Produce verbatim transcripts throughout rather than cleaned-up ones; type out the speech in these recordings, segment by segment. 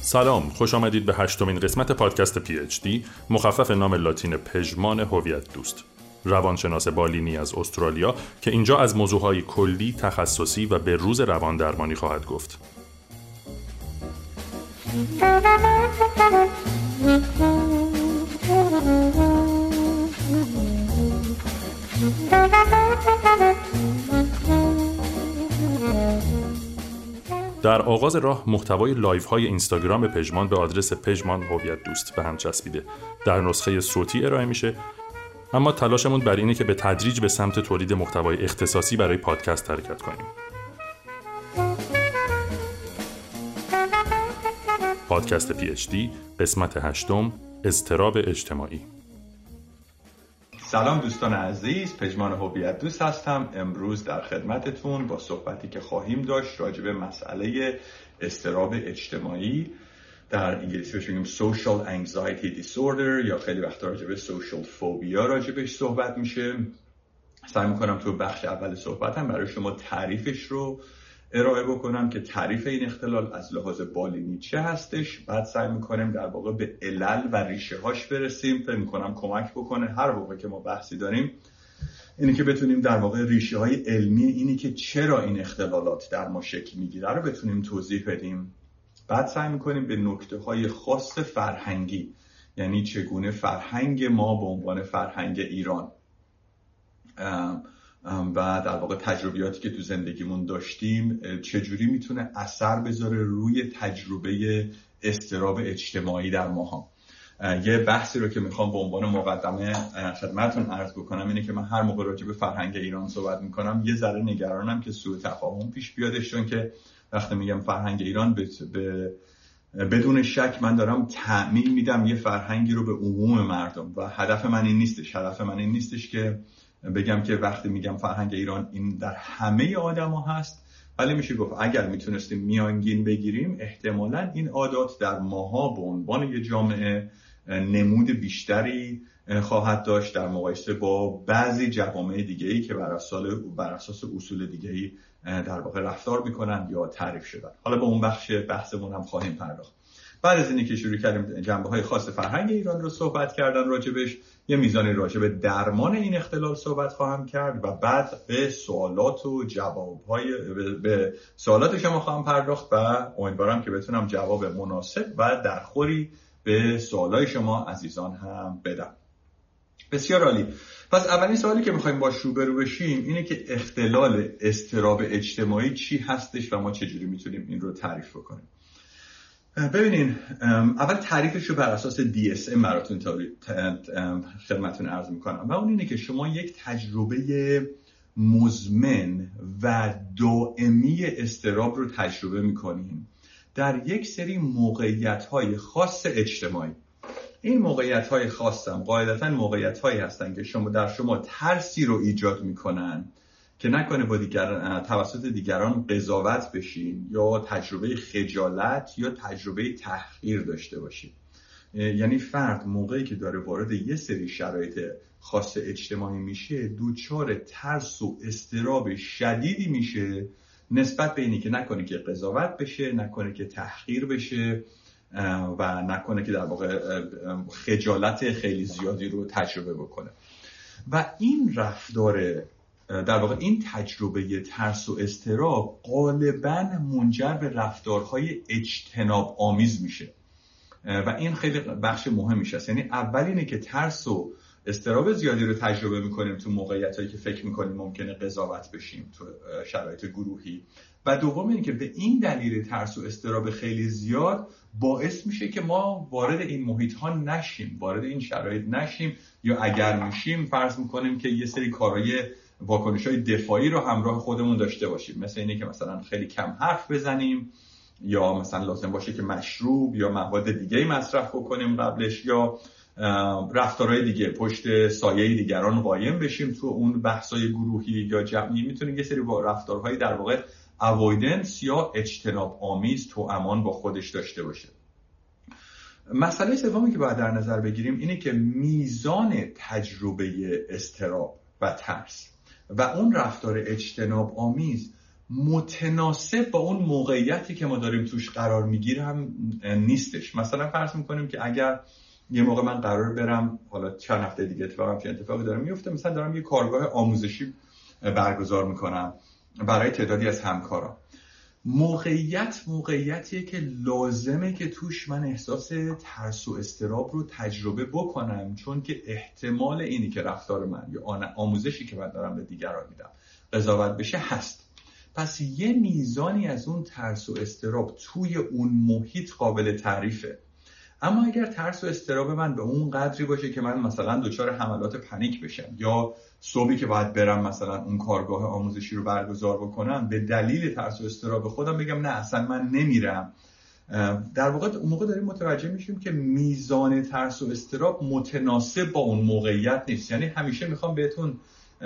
سلام، خوش آمدید به هشتمین قسمت پادکست پی اچ دی، مخفف نام لاتین پژمان هویت دوست. روانشناس بالینی از استرالیا که اینجا از موضوعهای کلی، تخصصی و به روز روان درمانی خواهد گفت. در آغاز راه محتوای لایف های اینستاگرام پژمان به آدرس پژمان هویت دوست به هم چسبیده. در نسخه صوتی ارائه میشه، اما تلاشمون بر اینه که به تدریج به سمت تولید محتوای اختصاصی برای پادکست حرکت کنیم. پادکست پی اچ دی قسمت هشتم، اضطراب اجتماعی. سلام دوستان عزیز، پژمان هویت دوست هستم. امروز در خدمتتون با صحبتی که خواهیم داشت راجع به مسئله اضطراب اجتماعی، در انگلیسی بهش میگیم social anxiety disorder یا خیلی وقتا راجع به social phobia راجع بهش صحبت میشه. سعی میکنم تو بخش اول صحبتم برای شما تعریفش رو ارائه بکنم که تعریف این اختلال از لحاظ بالینی چه هستش. بعد سعی میکنیم در واقع به علل و ریشه هاش برسیم. فکر میکنم کمک بکنه هر موقع که ما بحثی داریم اینی که بتونیم در واقع ریشه های علمی اینی که چرا این اختلالات در ما شکل میگیره رو بتونیم توضیح بدیم. بعد سعی میکنیم به نکته های خاص فرهنگی، یعنی چگونه فرهنگ ما به عنوان فرهنگ ایران و در واقع تجربیاتی که تو زندگیمون داشتیم چجوری میتونه اثر بذاره روی تجربه اضطراب اجتماعی در ماها. یه بحثی رو که میخوام به عنوان مقدمه خدمتتون عرض بکنم اینه که من هر موقع راجع به فرهنگ ایران صحبت میکنم یه ذره نگرانم که سوء تفاهم پیش بیادش، چون که وقتی میگم فرهنگ ایران به, به بدون شک من دارم تعمیم میدم یه فرهنگی رو به عموم مردم و هدف من این نیستش. هدف من این نیستش که بگم که وقتی میگم فرهنگ ایران این در همه آدما هست، ولی میشه گفت اگر میتونستیم میانگین بگیریم احتمالاً این عادات در ماها به عنوان یه جامعه نمود بیشتری خواهد داشت در مقایسه با بعضی جوامع دیگه‌ای که بر اساس بر اساس اصول دیگه‌ای در واقع رفتار میکنن یا تعریف شدن. حالا به اون بخش بحثمون هم خواهیم پرداخت. بعد از اینکه شروع کردیم جنبه‌های خاص فرهنگ ایران رو صحبت کردن راجبش، یه میزانی راجب درمان این اختلال صحبت خواهم کرد و بعد به سوالات و جواب‌های به سوالات شما خواهم پرداخت و امیدوارم که بتونم جواب مناسب و درخوری به سوالای شما عزیزان هم بدم. بسیار عالی. پس اولین سوالی که می‌خوایم باهاش روبرو بشیم اینه که اختلال اضطراب اجتماعی چی هستش و ما چجوری میتونیم این رو تعریف بکنیم. ببینین، اول تعریفش رو بر اساس دی اس ام براتون خدمتتون عرض میکنم و اون اینه که شما یک تجربه مزمن و دائمی اضطراب رو تجربه میکنین در یک سری موقعیت‌های خاص اجتماعی. این موقعیت‌های خاصم قاعدتاً موقعیت‌هایی هستن که شما در شما ترسی رو ایجاد میکنن که نکنه با دیگر توسط دیگران قضاوت بشین یا تجربه خجالت یا تجربه تحقیر داشته باشین. یعنی فرد موقعی که داره وارد یه سری شرایط خاص اجتماعی میشه دوچار ترس و اضطراب شدیدی میشه نسبت به اینی که نکنه که قضاوت بشه، نکنه که تحقیر بشه و نکنه که در واقع خجالت خیلی زیادی رو تجربه بکنه. و این رفتار در واقع این تجربه ترس و اضطراب غالباً منجر به رفتارهای اجتناب آمیز میشه و این خیلی بخش مهمیش است. یعنی اول اینه که ترس و اضطراب زیادی رو تجربه میکنیم تو موقعیتایی که فکر میکنیم ممکنه قضاوت بشیم تو شرایط گروهی، و دوم اینه که به این دلیل ترس و اضطراب خیلی زیاد باعث میشه که ما وارد این محیط ها نشیم، وارد این شرایط نشیم، یا اگر میشیم فرض میکنیم که یه سری کارهای واکنش‌های دفاعی رو همراه خودمون داشته باشیم، مثل اینه که مثلا خیلی کم حرف بزنیم یا مثلا لازم باشه که مشروب یا مواد دیگه‌ای مصرف بکنیم قبلش، یا رفتارهای دیگه پشت سایه دیگران قایم بشیم تو اون بحث‌های گروهی یا جمعی. میتونیم یه سری رفتارهای در واقع اوایدنس یا اجتناب آمیز تو امان با خودش داشته باشه. مسئله سومی که باید در نظر بگیریم اینه که میزان تجربه اضطراب و ترس و اون رفتار اجتناب آمیز متناسب با اون موقعیتی که ما داریم توش قرار میگیریم هم نیستش. مثلا فرض میکنیم که اگر یه موقع من قرار برم، حالا چند هفته دیگه اتفاقا چه اتفاقی داره میفته، مثلا دارم یه کارگاه آموزشی برگزار میکنم برای تعدادی از همکارام. موقعیت موقعیتیه که لازمه که توش من احساس ترس و اضطراب رو تجربه بکنم، چون که احتمال اینی که رفتار من یا آموزشی که من دارم به دیگران میدم قضاوت بشه هست. پس یه میزانی از اون ترس و اضطراب توی اون محیط قابل تعریفه. اما اگر ترس و اضطراب من به اون قدری باشه که من مثلا دچار حملات پنیک بشم، یا صبحی که باید برم مثلا اون کارگاه آموزشی رو برگزار بکنم به دلیل ترس و اضطراب خودم بگم نه اصلا من نمیرم، در واقع اون موقع داریم متوجه میشیم که میزان ترس و اضطراب متناسب با اون موقعیت نیست. یعنی همیشه میخوام بهتون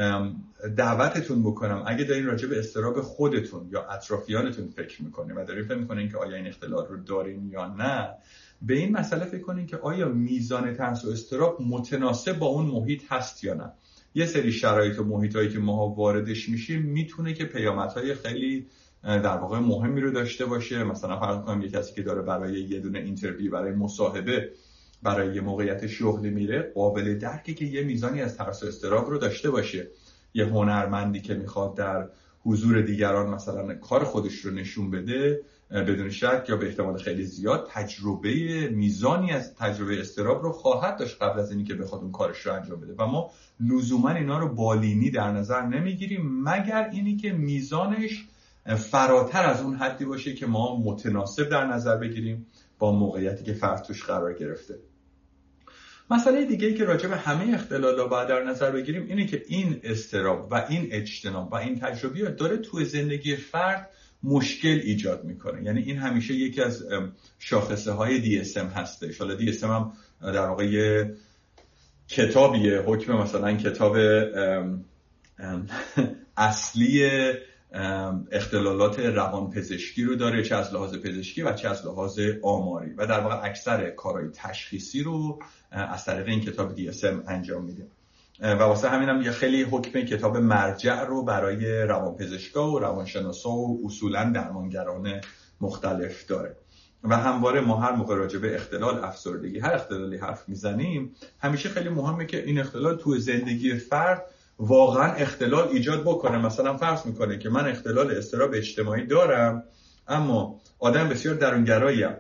دعوتتون بکنم اگه دارین راجع به اضطراب خودتون یا اطرافیانتون فکر میکنین و دارین فکر میکنین که آیا این اختلال رو دارین یا نه، به این مسئله فکر کنین که آیا میزان ترس و اضطراب متناسب با اون محیط هست یا نه. یه سری شرایط و محیطایی که ما واردش میشیم میتونه که پیامدهای خیلی در واقع مهمی رو داشته باشه. مثلا فرض کنم یه کسی که داره برای یه دونه اینترویو، برای مصاحبه، برای یه موقعیت شغلی میره، قابل درکه که یه میزانی از ترس و اضطراب رو داشته باشه. یه هنرمندی که میخواد در حضور دیگران مثلا کار خودش رو نشون بده، بدون شک یا به احتمال خیلی زیاد تجربه میزانی از تجربه اضطراب رو خواهد داشت قبل از اینکه بخواد اون کارش رو انجام بده و ما لزوما اینا رو بالینی در نظر نمیگیریم، مگر اینی که میزانش فراتر از اون حدی باشه که ما متناسب در نظر بگیریم با موقعیتی که فرد توش قرار گرفته. مسئله دیگه ای که راجع به همه اختلال‌ها باید در نظر بگیریم اینه که این اضطراب و این اجتناب و این تجربیات داره توی زندگی فرد مشکل ایجاد میکنه. یعنی این همیشه یکی از شاخصه های دی اس ام هستش. حالا دی اس ام هم در واقع یه کتابیه، حکم مثلا کتاب ام ام اصلی اختلالات روانپزشکی رو داره، چه از لحاظ پزشکی و چه از لحاظ آماری، و در واقع اکثر کارهای تشخیصی رو از طریق این کتاب دی اس ام انجام میده و واسه همین هم یه خیلی حکم کتاب مرجع رو برای روانپزشکا و روانشناسا و اصولا درمانگران مختلف داره. و همواره ما هر موقع راجع به اختلال افسردگی، هر اختلالی حرف میزنیم، همیشه خیلی مهمه که این اختلال تو زندگی فرد واقعا اختلال ایجاد بکنه. مثلا فرض میکنه که من اختلال اضطراب اجتماعی دارم، اما آدم بسیار درونگراییم،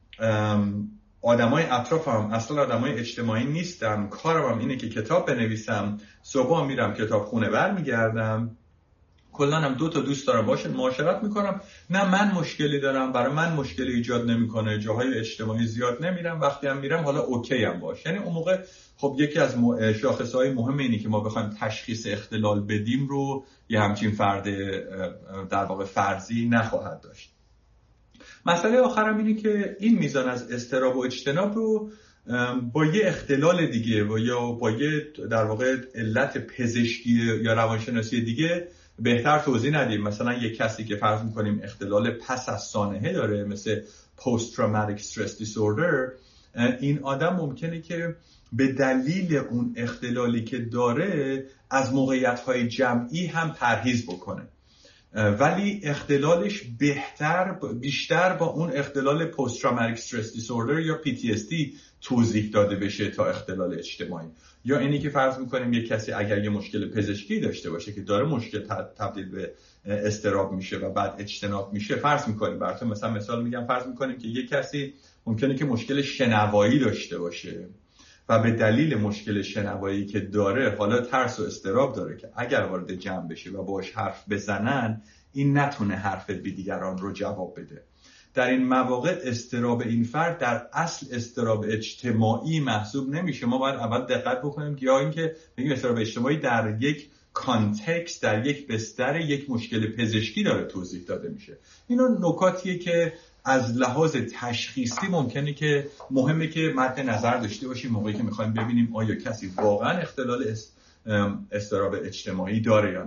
آدمای اطرافم اصلا آدمای اجتماعی نیستم، کارم هم اینه که کتاب بنویسم، صبح میرم کتابخونه برمیگردم، کلا هم دو تا دوست دارم باشن معاشرت میکنم، نه من مشکلی دارم، برای من مشکلی ایجاد نمیکنه، جاهای اجتماعی زیاد نمیرم، وقتی هم میرم حالا اوکی هم باش. یعنی اون موقع خب یکی از شاخصهای مهم اینه که ما بخوایم تشخیص اختلال بدیم رو یه همچین فرد در واقع فرضی نخواهد داشت. مسئله آخرم اینه که این میزان از اضطراب و اجتناب رو با یه اختلال دیگه و یا با یه در واقع علت پزشکی یا روانشناسی دیگه بهتر توضیح ندیم. مثلا یه کسی که فرض میکنیم اختلال پس از سانحه داره، مثل Post Traumatic Stress Disorder، این آدم ممکنه که به دلیل اون اختلالی که داره از موقعیت‌های جمعی هم پرهیز بکنه، ولی اختلالش بهتر بیشتر با اون اختلال Post Traumatic Stress Disorder یا پی تی اس دی توضیح داده بشه تا اختلال اجتماعی. یا اینی که فرض میکنیم یک کسی اگر یه مشکل پزشکی داشته باشه که داره مشکل تبدیل به اضطراب میشه و بعد اجتناب میشه، فرض میکنیم براتون مثلا مثال میگم، فرض میکنیم که یک کسی ممکنه که مشکل شنوایی داشته باشه و به دلیل مشکل شنوایی که داره حالا ترس و اضطراب داره که اگر وارد جمع بشه و باهاش حرف بزنن این نتونه حرف بی دیگران رو جواب بده. در این مواقع اضطراب این فرد در اصل اضطراب اجتماعی محسوب نمیشه. ما باید اول دقت بکنیم که یا اینکه بگیم اضطراب اجتماعی در یک کانتکست، در یک بستر یک مشکل پزشکی داره توضیح داده میشه. اینا نکاتیه که از لحاظ تشخیصی ممکنه که مهمه که مد نظر داشته باشیم موقعی که میخوایم ببینیم آیا کسی واقعا اختلال اضطراب اجتماعی داره یا نه.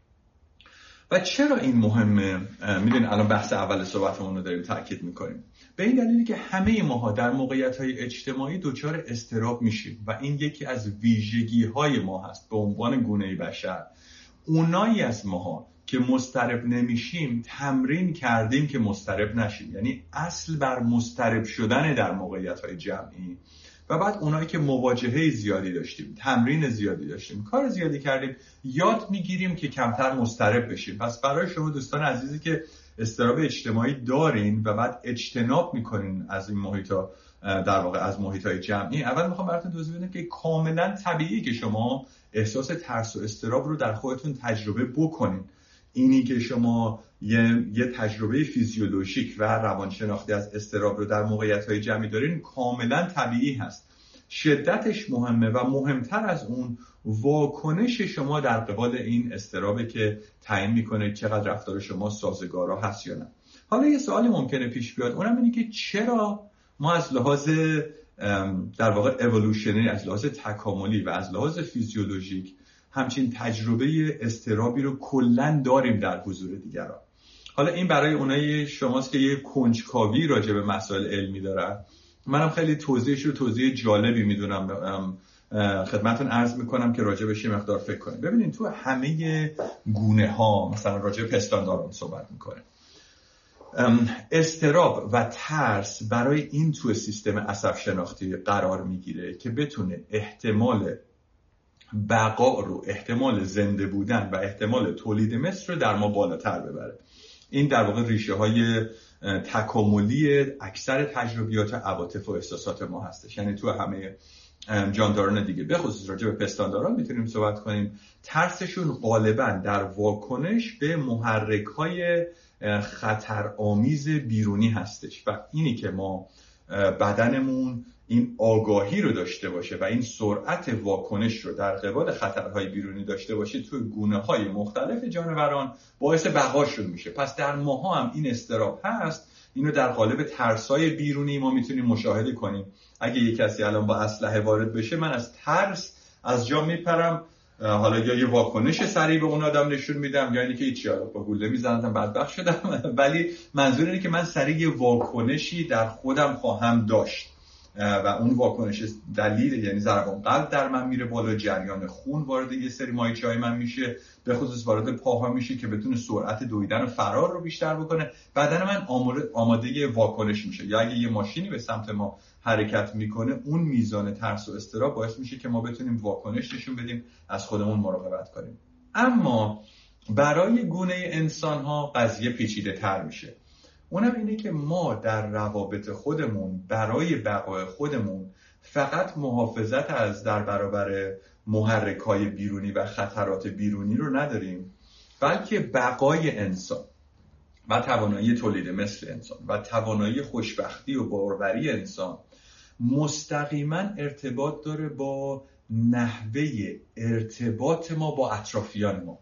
و چرا این مهمه؟ میدونید الان بحث اول صحبتمون رو داریم تاکید میکنیم. به این دلیلی که همه ماها در موقعیت‌های اجتماعی دچار اضطراب میشیم و این یکی از ویژگی‌های ما هست به عنوان گونه بشر. اونایی از ماها که مضطرب نمیشیم تمرین کردیم که مضطرب نشیم، یعنی اصل بر مضطرب شدن در موقعیت‌های جمعی. و بعد اونایی که مواجهه زیادی داشتیم، تمرین زیادی داشتیم، کار زیادی کردیم، یاد میگیریم که کمتر مضطرب بشیم. پس برای شما دوستان عزیزی که اضطراب اجتماعی دارین و بعد اجتناب میکنین از این محیطا، در واقع از محیط‌های جمعی، اول میخوام براتون توضیح بدم که کاملا طبیعیه که شما احساس ترس و اضطراب رو در خودتون تجربه بکنین. اینی که شما یه, یه تجربه فیزیولوژیک و روانشناختی از اضطراب رو در موقعیت‌های جمعی دارین کاملا طبیعی هست. شدتش مهمه و مهمتر از اون واکنش شما در قبال این اضطرابه که تعیین میکنه چقدر رفتار شما سازگارا هست یا نه. حالا یه سوالی ممکنه پیش بیاد، اونم اینه که چرا ما از لحاظ در واقع اِوولوشنری، از لحاظ تکاملی و از لحاظ فیزیولوژیک همچین تجربه اضطرابی رو کلاً داریم در حضور دیگران. حالا این برای اونایی شماست که یه کنجکاوی راجع به مسائل علمی دارن. منم خیلی توضیحش رو توضیح جالبی میدونم، خدمتتون عرض میکنم که راجع بهش مقدار فکر کنیم. ببینید تو همه گونه ها، مثلا راجع به پستانداران صحبت میکنه، اضطراب و ترس برای این تو سیستم عصب شناختی قرار میگیره که بتونه احتمال بقا رو، احتمال زنده بودن و احتمال تولید مثل رو در ما بالاتر ببره. این در واقع ریشه های تکاملی اکثر تجربیات عواطف و احساسات ما هستش. یعنی تو همه جانداران دیگه، به خصوص راجع به پستانداران میتونیم صحبت کنیم، ترسشون غالبا در واکنش به محرک های خطرآمیز بیرونی هستش و اینی که ما بدنمون این آگاهی رو داشته باشه و این سرعت واکنش رو در قبال خطرهای بیرونی داشته باشه توی گونه‌های مختلف جانوران باعث بقاشون میشه. پس در ماها هم این اضطراب هست. اینو در قالب ترسای بیرونی ما میتونیم مشاهده کنیم. اگه یک کسی الان با اسلحه وارد بشه، من از ترس از جا میپرم، حالا یا یه واکنش سریع به اون آدم نشون میدم یا اینکه هیچ چیزا با گوله میزنم بدبخت شدم، ولی منظور اینه که من سریع یه واکنشی در خودم خواهم داشت و اون واکنش دلیل، یعنی ضربان قلب در من میره بالا، جریان خون وارد یه سری مایچه‌های من میشه، به خصوص وارد پاها میشه که بتونه سرعت دویدن و فرار رو بیشتر بکنه. بدن من آماده واکنش میشه. یا اگه یه ماشینی به سمت ما حرکت میکنه، اون میزان ترس و اضطراب باعث میشه که ما بتونیم واکنش نشون بدیم، از خودمون مراقبت کنیم. اما برای گونه انسان ها قضیه پیچیده تر میشه. اونم اینه که ما در روابط خودمون برای بقای خودمون فقط محافظت از در برابر محرک‌های بیرونی و خطرات بیرونی رو نداریم، بلکه بقای انسان و توانایی تولید مثل انسان و توانایی خوشبختی و باروری انسان مستقیما ارتباط داره با نحوه ارتباط ما با اطرافیان ما.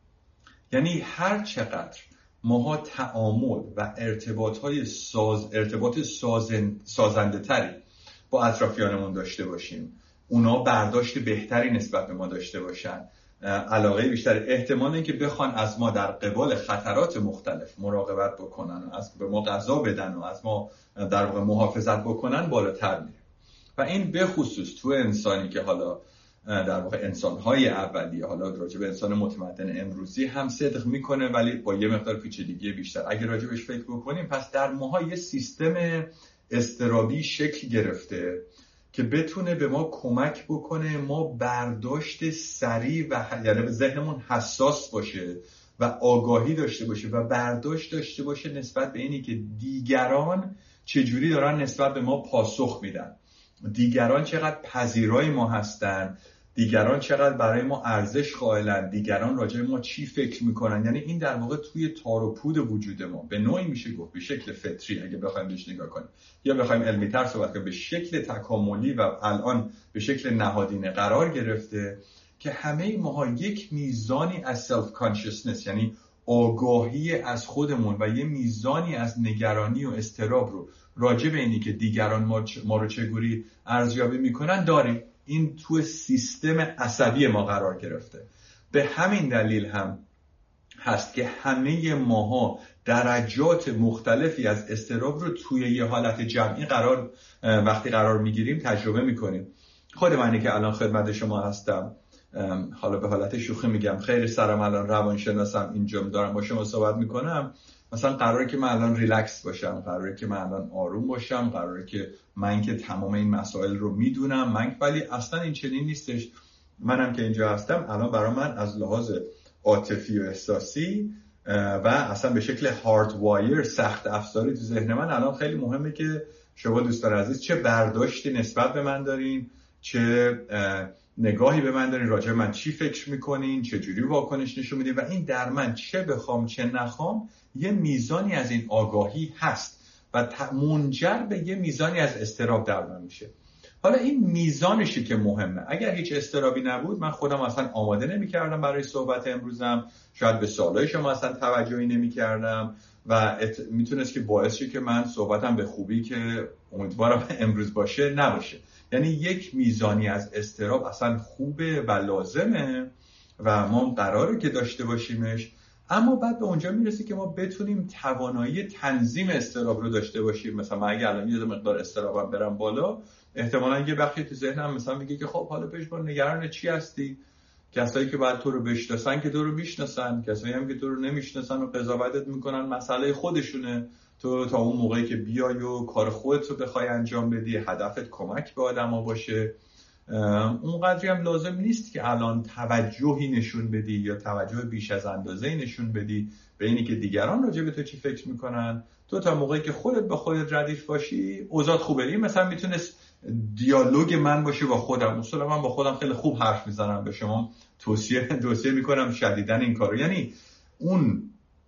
یعنی هر چقدر ماها تعامل و ارتباطهای ساز ارتباط سازن... سازنده تری با اطرافیانمون داشته باشیم، اونا برداشت بهتری نسبت به ما داشته باشن، علاقه بیشتر، احتمال اینکه بخوان از ما در قبال خطرات مختلف مراقبت بکنن و از به ما غذا بدن و از ما در واقع محافظت بکنن بالاتر میره. و این به خصوص تو انسانی که حالا در واقع انسان‌های اولیه، حالا راجع به انسان متمدن امروزی هم صدق میکنه ولی با یه مقدار پیچیدگی بیشتر. اگه راجع بهش فکر بکنیم، پس در ماها یه سیستم اضطرابی شکل گرفته که بتونه به ما کمک بکنه ما برداشت سریع و یعنی ذهنمون حساس باشه و آگاهی داشته باشه و برداشت داشته باشه نسبت به اینی که دیگران چجوری دارن نسبت به ما پاسخ میدن، دیگران چقدر پذیرای ما هستن، دیگران چقدر برای ما ارزش قائلن، دیگران راجع به ما چی فکر میکنن. یعنی این در واقع توی تار و پود وجود ما به نوعی میشه گفت به شکل فطری، اگه بخوایم بهش نگاه کنیم یا بخوایم علمی تر صحبت کنیم، به شکل تکاملی و الان به شکل نهادینه قرار گرفته که همه ماها یک میزانی از سلف کانشسنس، یعنی آگاهی از خودمون و یه میزانی از نگرانی و اضطراب رو راجع به اینی که دیگران ما رو چگوری ارزیابی میکنن داریم. این تو سیستم عصبی ما قرار گرفته. به همین دلیل هم هست که همه ماها درجات مختلفی از اضطراب رو توی یه حالت جمعی قرار وقتی قرار میگیریم تجربه میکنیم. خود منی که الان خدمت شما هستم حالا به حالت شوخی میگم خیلی سرم الان روانشناسم اینجا دارم با شما صحبت میکنم، مثلا قراره که من الان ریلکس باشم، قراره که من الان آروم باشم، قراره که من که تمام این مسائل رو میدونم من، ولی اصلا این چنین نیستش. منم که اینجا هستم الان برای من از لحاظ عاطفی و احساسی و اصلا به شکل هارد وایر سخت افزاری تو ذهن من الان خیلی مهمه که شما دوستان عزیز چه برداشتی نسبت به من دارین، چه نگاهی به من دارین، راجع به من چی فکر میکنین، چه جوری واکنش نشون میدین و این در من چه بخوام چه نخوام یه میزانی از این آگاهی هست و منجر به یه میزانی از اضطراب در من میشه. حالا این میزانشی که مهمه. اگر هیچ اضطرابی نبود من خودم اصلا آماده نمی‌کردم برای صحبت امروزم، شاید به سوالای شما اصلا توجهی نمی‌کردم و ات... میتونست که باعث شه که من صحبتم به خوبی که امیدوارم امروز باشه نباشه. یعنی یک میزانی از اضطراب اصلا خوبه و لازمه و ما قراره که داشته باشیمش، اما بعد به اونجا میرسی که ما بتونیم توانایی تنظیم اضطراب رو داشته باشیم. مثلا من اگه الان یه مقدار اضطرابم برم بالا، احتمالاً یه بخشی تو ذهنم مثلا میگه که خب حالا پشمان نگران چی هستی؟ کسایی که بعد تو رو بشناسن که تو رو میشناسن، کسایی هم که تو رو نمیشناسن و قضاوتت میکنن مسئله خودشونه. تو تا اون موقعی که بیای و کار خودت رو بخوای انجام بدی، هدفت کمک به آدما باشه، اونقدری هم لازم نیست که الان توجهی نشون بدی یا توجه بیش از اندازه‌ای نشون بدی به اینی که دیگران راجع به تو چی فکر میکنن. تو تا موقعی که خودت با خودت ردیف باشی اوضاع خوبه. این مثلا میتونست دیالوگ من باشه با خودم. اصلا من با خودم خیلی خوب حرف میزنم، به شما توصیه توصیه میکنم شدیداً این کارو. یعنی اون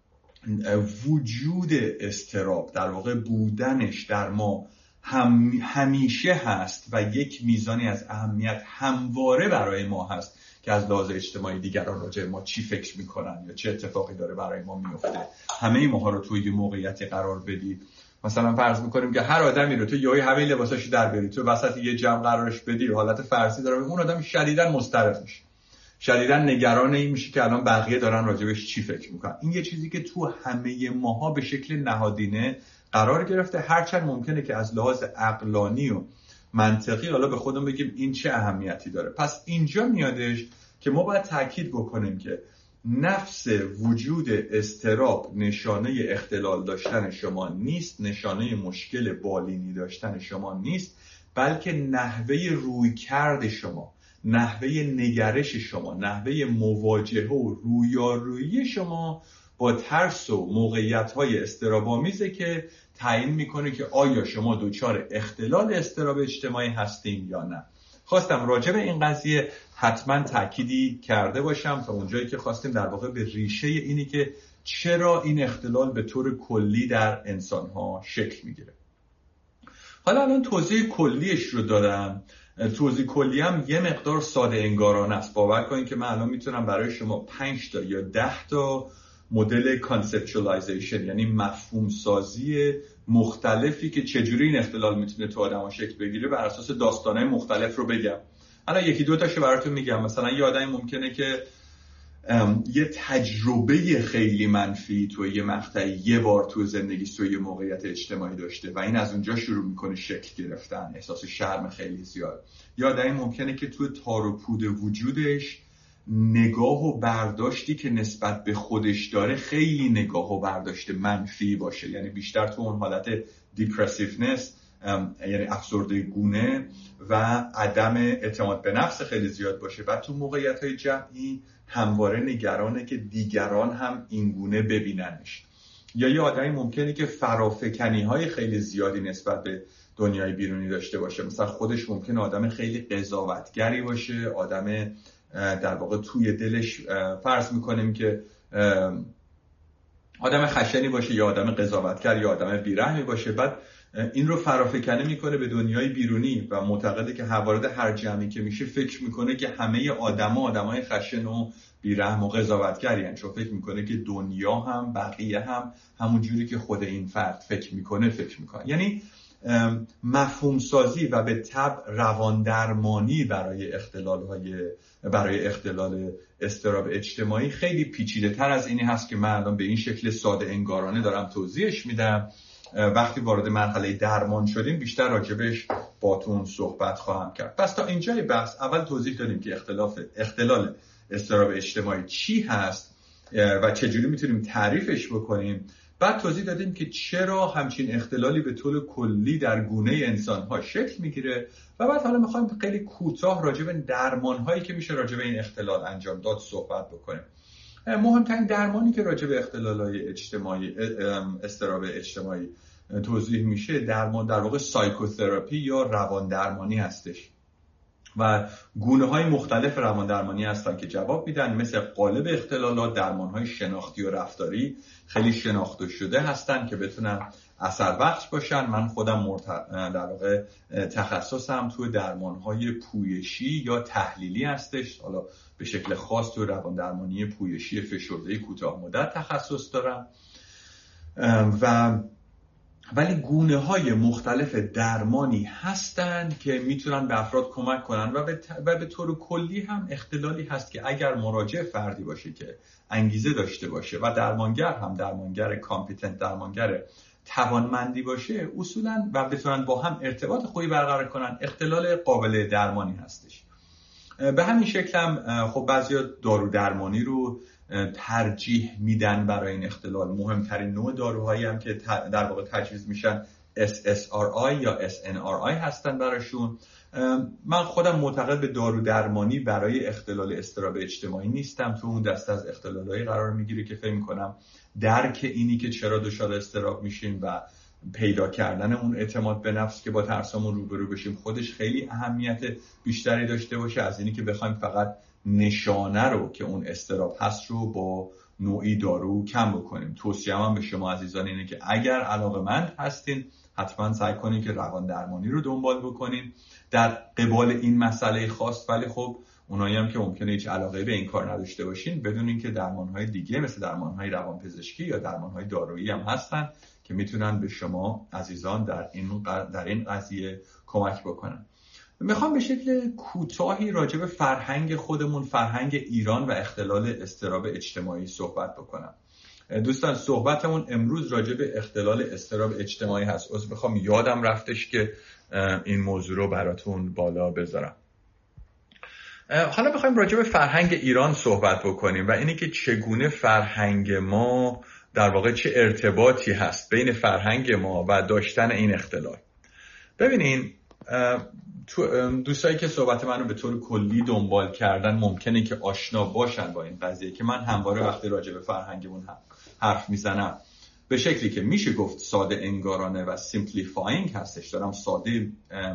وجود اضطراب در واقع بودنش در ما هم همیشه هست و یک میزانی از اهمیت همواره برای ما هست که از لحاظ اجتماعی دیگران راجع ما چی فکر میکنن یا چه اتفاقی داره برای ما میفته. همه ماها رو توی یه موقعیتی قرار بدی. مثلا فرض میکنیم که هر آدمی رو تو یهو همه لباساشو در بری تو وسط یه جمع قرارش بدی، حالت فرضی داره، اون آدم شدیداً مضطرب میشه، شدیداً نگران این میشه که الان بقیه دارن راجبش چی فکر میکنن. این یه چیزی که تو همه ماها به شکل نهادینه قرار گرفته، هرچند ممکنه که از لحاظ عقلانی و منطقی حالا به خودمون بگیم این چه اهمیتی داره. پس اینجا میادش که ما باید تاکید بکنیم که نفس وجود اضطراب نشانه اختلال داشتن شما نیست، نشانه مشکل بالینی داشتن شما نیست، بلکه نحوه رویکرد شما، نحوه نگرش شما، نحوه مواجهه و رویارویی شما با ترس و موقعیت‌های اضطراب‌آمیزه که تعیین میکنه که آیا شما دچار اختلال اضطراب اجتماعی هستین یا نه. خواستم راجع به این قضیه حتما تأکیدی کرده باشم تا اونجایی که خواستیم در واقع به ریشه اینی که چرا این اختلال به طور کلی در انسان‌ها شکل میگیره. حالا الان توضیح کلیش رو دادم. توضیح کلی هم یه مقدار ساده انگارانه است. باور کنید که من الان میتونم برای شما پنج تا یا ده تا مدل کانسپچوالایزیشن، یعنی مفهوم سازی مختلفی که چجوری این اختلال میتونه تو آدم‌ها شکل بگیره بر اساس داستان‌های مختلف رو بگم. الان یکی دو تاشو براتون میگم. مثلا یه آدمی ممکنه که یه تجربه خیلی منفی تو یه مقطعی یه بار تو زندگیش تو یه موقعیت اجتماعی داشته و این از اونجا شروع میکنه شکل گرفتن، احساس شرم خیلی زیاد. یا آدمی ممکنه که تو تار و پود وجودش نگاه و برداشتی که نسبت به خودش داره خیلی نگاه و برداشت منفی باشه، یعنی بیشتر تو اون حالت دیپرسیونس، یعنی افسرده گونه و عدم اعتماد به نفس خیلی زیاد باشه و تو موقعیت‌های جمعی همواره نگرانه که دیگران هم این گونه ببیننش. یا یه آدمی ممکنه که فرافکنی‌های خیلی زیادی نسبت به دنیای بیرونی داشته باشه، مثلا خودش ممکنه آدم خیلی قضاوتگری باشه، آدم در واقع توی دلش فرض میکنیم که آدم خشنی باشه یا آدم قضاوتگر یا آدم بیرحمی باشه، بعد این رو فرافکنی میکنه به دنیای بیرونی و معتقده که وارد هر جمعی که میشه فکر میکنه که همه آدما آدمای خشن و بیرحم و قضاوتگری هستن، چون فکر میکنه که دنیا هم بقیه هم همون جوری که خود این فرد فکر میکنه فکر میکنه. یعنی مفهوم سازی و به طبع روان درمانی برای اختلال‌های برای اختلال اضطراب اجتماعی خیلی پیچیده تر از اینی هست که من الان به این شکل ساده انگارانه دارم توضیحش میدم وقتی وارد مرحله درمان شدیم بیشتر راجبش باتون صحبت خواهم کرد. پس تا اینجای بحث اول توضیح دادیم که اختلاف اختلال اضطراب اجتماعی چی هست و چجوری میتونیم تعریفش بکنیم. بعد توضیح دادیم که چرا همچین اختلالی به طور کلی در گونه انسان‌ها شکل میگیره و بعد حالا میخوایم خیلی کوتاه راجع به درمان‌هایی که میشه راجع به این اختلال انجام داد صحبت بکنیم. مهمترین درمانی که راجع به اختلال‌های اجتماعی اضطراب اجتماعی توضیح میشه درمان در واقع سایکوتراپی یا روان درمانی هستش و گونه‌های مختلف روان درمانی هستن که جواب میدن. مثل قالب اختلالات درمان‌های شناختی و رفتاری خیلی شناخته شده هستن که بتونن اثر بخش باشن. من خودم مرت... در واقع تخصصم توی درمان‌های پویشی یا تحلیلی هستش. حالا به شکل خاص توی روان درمانی پویشی فشرده کوتاه مدت تخصص دارم و ولی گونه های مختلف درمانی هستند که میتونن به افراد کمک کنن و به, و به طور کلی هم اختلالی هست که اگر مراجع فردی باشه که انگیزه داشته باشه و درمانگر هم درمانگر کامپیتنت، درمانگر توانمندی باشه اصولا و بتونن با هم ارتباط خوبی برقرار کنن، اختلال قابل درمانی هستش. به همین شکل هم خب بعضیا دارو درمانی رو ترجیح میدن برای این اختلال. مهمترین نوع داروهایی هم که در واقع تجویز میشن اس اس آر آی یا اس ان آر آی هستن براشون. من خودم معتقد به دارو درمانی برای اختلال اضطراب اجتماعی نیستم. تو اون دسته از اختلالایی قرار میگیره که فکر میکنم درک اینی که چرا دچار اضطراب میشیم و پیدا کردن اون اعتماد به نفس که با ترسمون روبرو بشیم خودش خیلی اهمیت بیشتری داشته باشه از اینی که بخوایم فقط نشانه رو که اون اضطراب هست رو با نوعی دارو کم بکنیم. توصیه‌ام هم به شما عزیزان اینه که اگر علاقه‌مند هستین حتما سعی کنین که روان درمانی رو دنبال بکنین در قبال این مسئله خاص. ولی خب اونایی هم که ممکنه هیچ علاقه‌ای به این کار نداشته باشین بدونین که درمان‌های دیگه مثل درمان‌های روانپزشکی یا درمان‌های دارویی هم هستن که میتونن به شما عزیزان در این در این قضیه کمک بکنن. میخوام به شکل کوتاهی راجع به فرهنگ خودمون، فرهنگ ایران و اختلال اضطراب اجتماعی صحبت بکنم. دوستان صحبتمون امروز راجع به اختلال اضطراب اجتماعی هست. از میخوام یادم رفتش که این موضوع رو براتون بالا بذارم. حالا میخوایم راجع به فرهنگ ایران صحبت بکنیم و اینه که چگونه فرهنگ ما در واقع چه ارتباطی هست بین فرهنگ ما و داشتن این اختلال. ببینین دوستایی که صحبت من رو به طور کلی دنبال کردن ممکنه که آشنا باشن با این قضیه که من همواره وقتی راجع به فرهنگمون حرف میزنم به شکلی که میشه گفت ساده انگارانه و سیمپلیفاینگ هستش. دارم ساده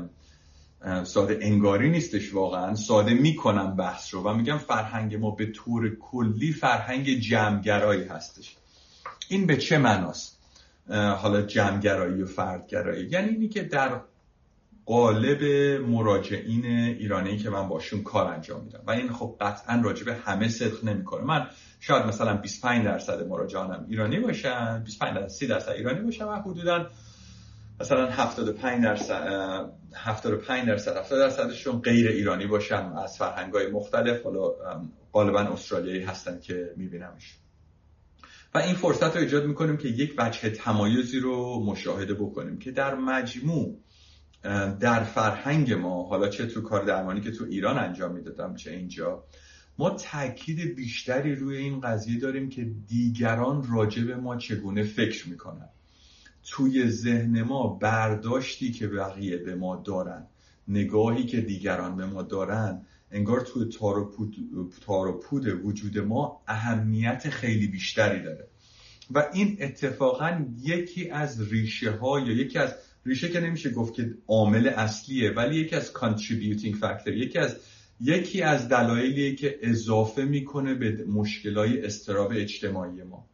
ساده انگاری نیستش، واقعا ساده میکنم بحث رو و میگم فرهنگ ما به طور کلی فرهنگ جمع‌گرایی هستش. این به چه معناست؟ حالا جمع‌گرایی و فردگرایی یعنی اینی که در قالب مراجعین ایرانی که من باشون کار انجام میدم و این خب قطعا راجع به همه صدق نمیکنه. من شاید مثلا بیست و پنج درصد مراجعانم ایرانی باشن، بیست و پنج درصد سی درصد ایرانی باشن و حدودا مثلا هفتاد و پنج درصد هفتاد و پنج درصد هفتاد درصدشون غیر ایرانی باشن از فرهنگ‌های مختلف، حالا غالبا استرالیایی هستن که میبینمش. و این فرصت رو ایجاد میکنیم که یک وجه تمایزی رو مشاهده بکنیم که در مجموع در فرهنگ ما، حالا چه تو کار درمانی که تو ایران انجام میدادم چه اینجا، ما تاکید بیشتری روی این قضیه داریم که دیگران راجع به ما چگونه فکر میکنن. توی ذهن ما برداشتی که بقیه به ما دارن، نگاهی که دیگران به ما دارن، انگار توی تار و پود, تار و پود وجود ما اهمیت خیلی بیشتری داره و این اتفاقا یکی از ریشه ها یا یکی از ریشه که نمیشه گفت که عامل اصلیه ولی یکی از contributing factor، یکی از یکی از دلایلیه که اضافه میکنه به مشکلای اضطراب اجتماعی ما.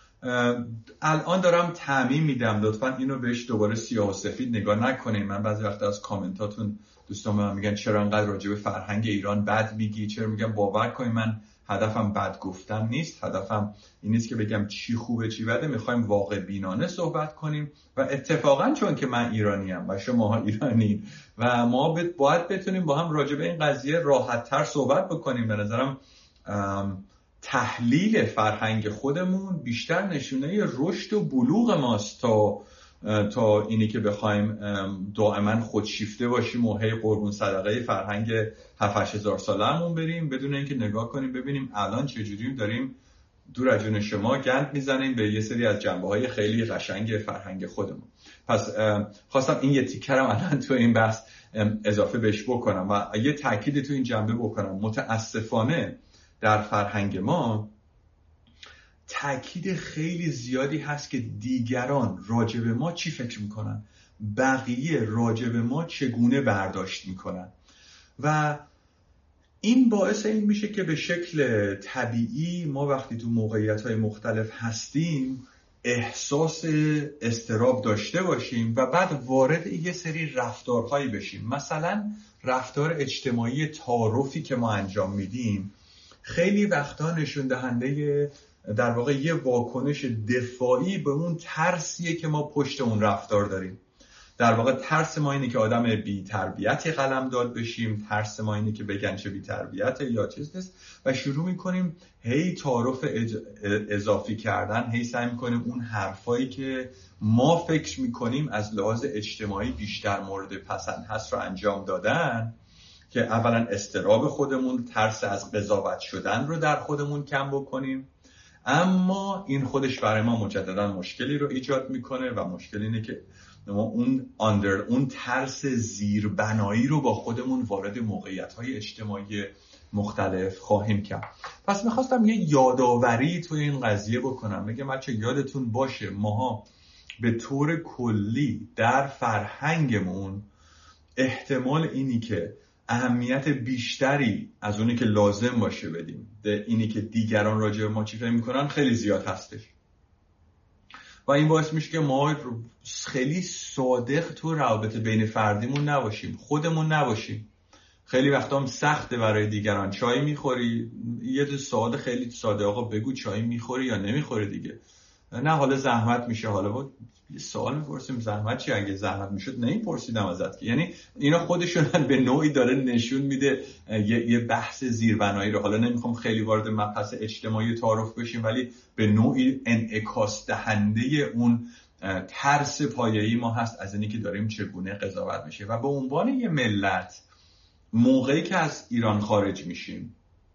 الان دارم تعمیم میدم، لطفا اینو بهش دوباره سیاه و سفید نگاه نکنین. من بعضی وقت از کامنتاتون دوستان من میگن چرا انقدر راجع به فرهنگ ایران بد میگی، چرا میگم باور کنین من هدفم بد گفتن نیست، هدفم این نیست که بگم چی خوبه چی بده، میخوایم واقع بینانه صحبت کنیم و اتفاقا چون که من ایرانیم و شما ایرانی و ما باید بتونیم با هم راجع به این قضیه راحت تر صحبت بکنیم. به نظرم تحلیل فرهنگ خودمون بیشتر نشونه رشد و بلوغ ماست تا تا اینی که بخوایم دائما خودشیفته باشیم و هی قربون صدقه فرهنگ هفت هزار ساله‌مون بریم بدون اینکه نگاه کنیم ببینیم الان چجوری داریم دور از جون شما گند میزنیم به یه سری از جنبه‌های خیلی قشنگ فرهنگ خودمون. پس خواستم این یه تیکرم الان تو این بحث اضافه بهش بکنم و یه تأکید تو این جنبه بکنم. متاسفانه در فرهنگ ما تأکید خیلی زیادی هست که دیگران راجع به ما چی فکر میکنن، بقیه راجع به ما چگونه برداشت میکنن و این باعث این میشه که به شکل طبیعی ما وقتی تو موقعیت‌های مختلف هستیم احساس اضطراب داشته باشیم و بعد وارد یه سری رفتارهایی بشیم. مثلا رفتار اجتماعی تعارفی که ما انجام میدیم خیلی وقتا نشون دهنده در واقع یه واکنش دفاعی به اون ترسیه که ما پشت اون رفتار داریم. در واقع ترس ما اینه که آدم بی تربیتی قلمداد بشیم، ترس ما اینه که بگن چه بی تربیته یا چیز نیست و شروع میکنیم هی تعارف اضافی کردن، هی سعی میکنیم اون حرفایی که ما فکر میکنیم از لحاظ اجتماعی بیشتر مورد پسند هست رو انجام دادن که اولا اضطراب خودمون، ترس از قضاوت شدن رو در خودمون کم بکنیم. اما این خودش برای ما مجددا مشکلی رو ایجاد میکنه و مشکل اینه که ما اون آندر اون ترس زیربنایی رو با خودمون وارد موقعیت‌های اجتماعی مختلف خواهیم کرد. پس میخواستم یه یادآوری توی این قضیه بکنم، بگم بچه یادتون باشه ماها به طور کلی در فرهنگمون احتمال اینی که اهمیت بیشتری از اونی که لازم باشه بدیم به اینی که دیگران راجع به ما چی فکر میکنن خیلی زیاد هستش و این باعث میشه که ما خیلی صادق تو روابط بین فردیمون نباشیم، خودمون نباشیم. خیلی وقتا هم سخته برای دیگران. چای میخوری؟ یه دو سوال خیلی ساده، آقا بگو چای میخوری یا نمیخوری دیگه. نه حالا زحمت میشه، حالا با یه سوال میپرسیم زحمت چی؟ اگه زحمت میشد نمیپرسیدم ازت. یعنی اینا خودشون به نوعی داره نشون میده یه, یه بحث زیربنایی رو. حالا نمیخوام خیلی وارد مبحث اجتماعی تعارف بشیم ولی به نوعی انعکاس دهنده اون ترس پایه‌ای ما هست از اینی که داریم چگونه قضاوت میشه. و به عنوان یه ملت موقعی که از ایران خارج میشیم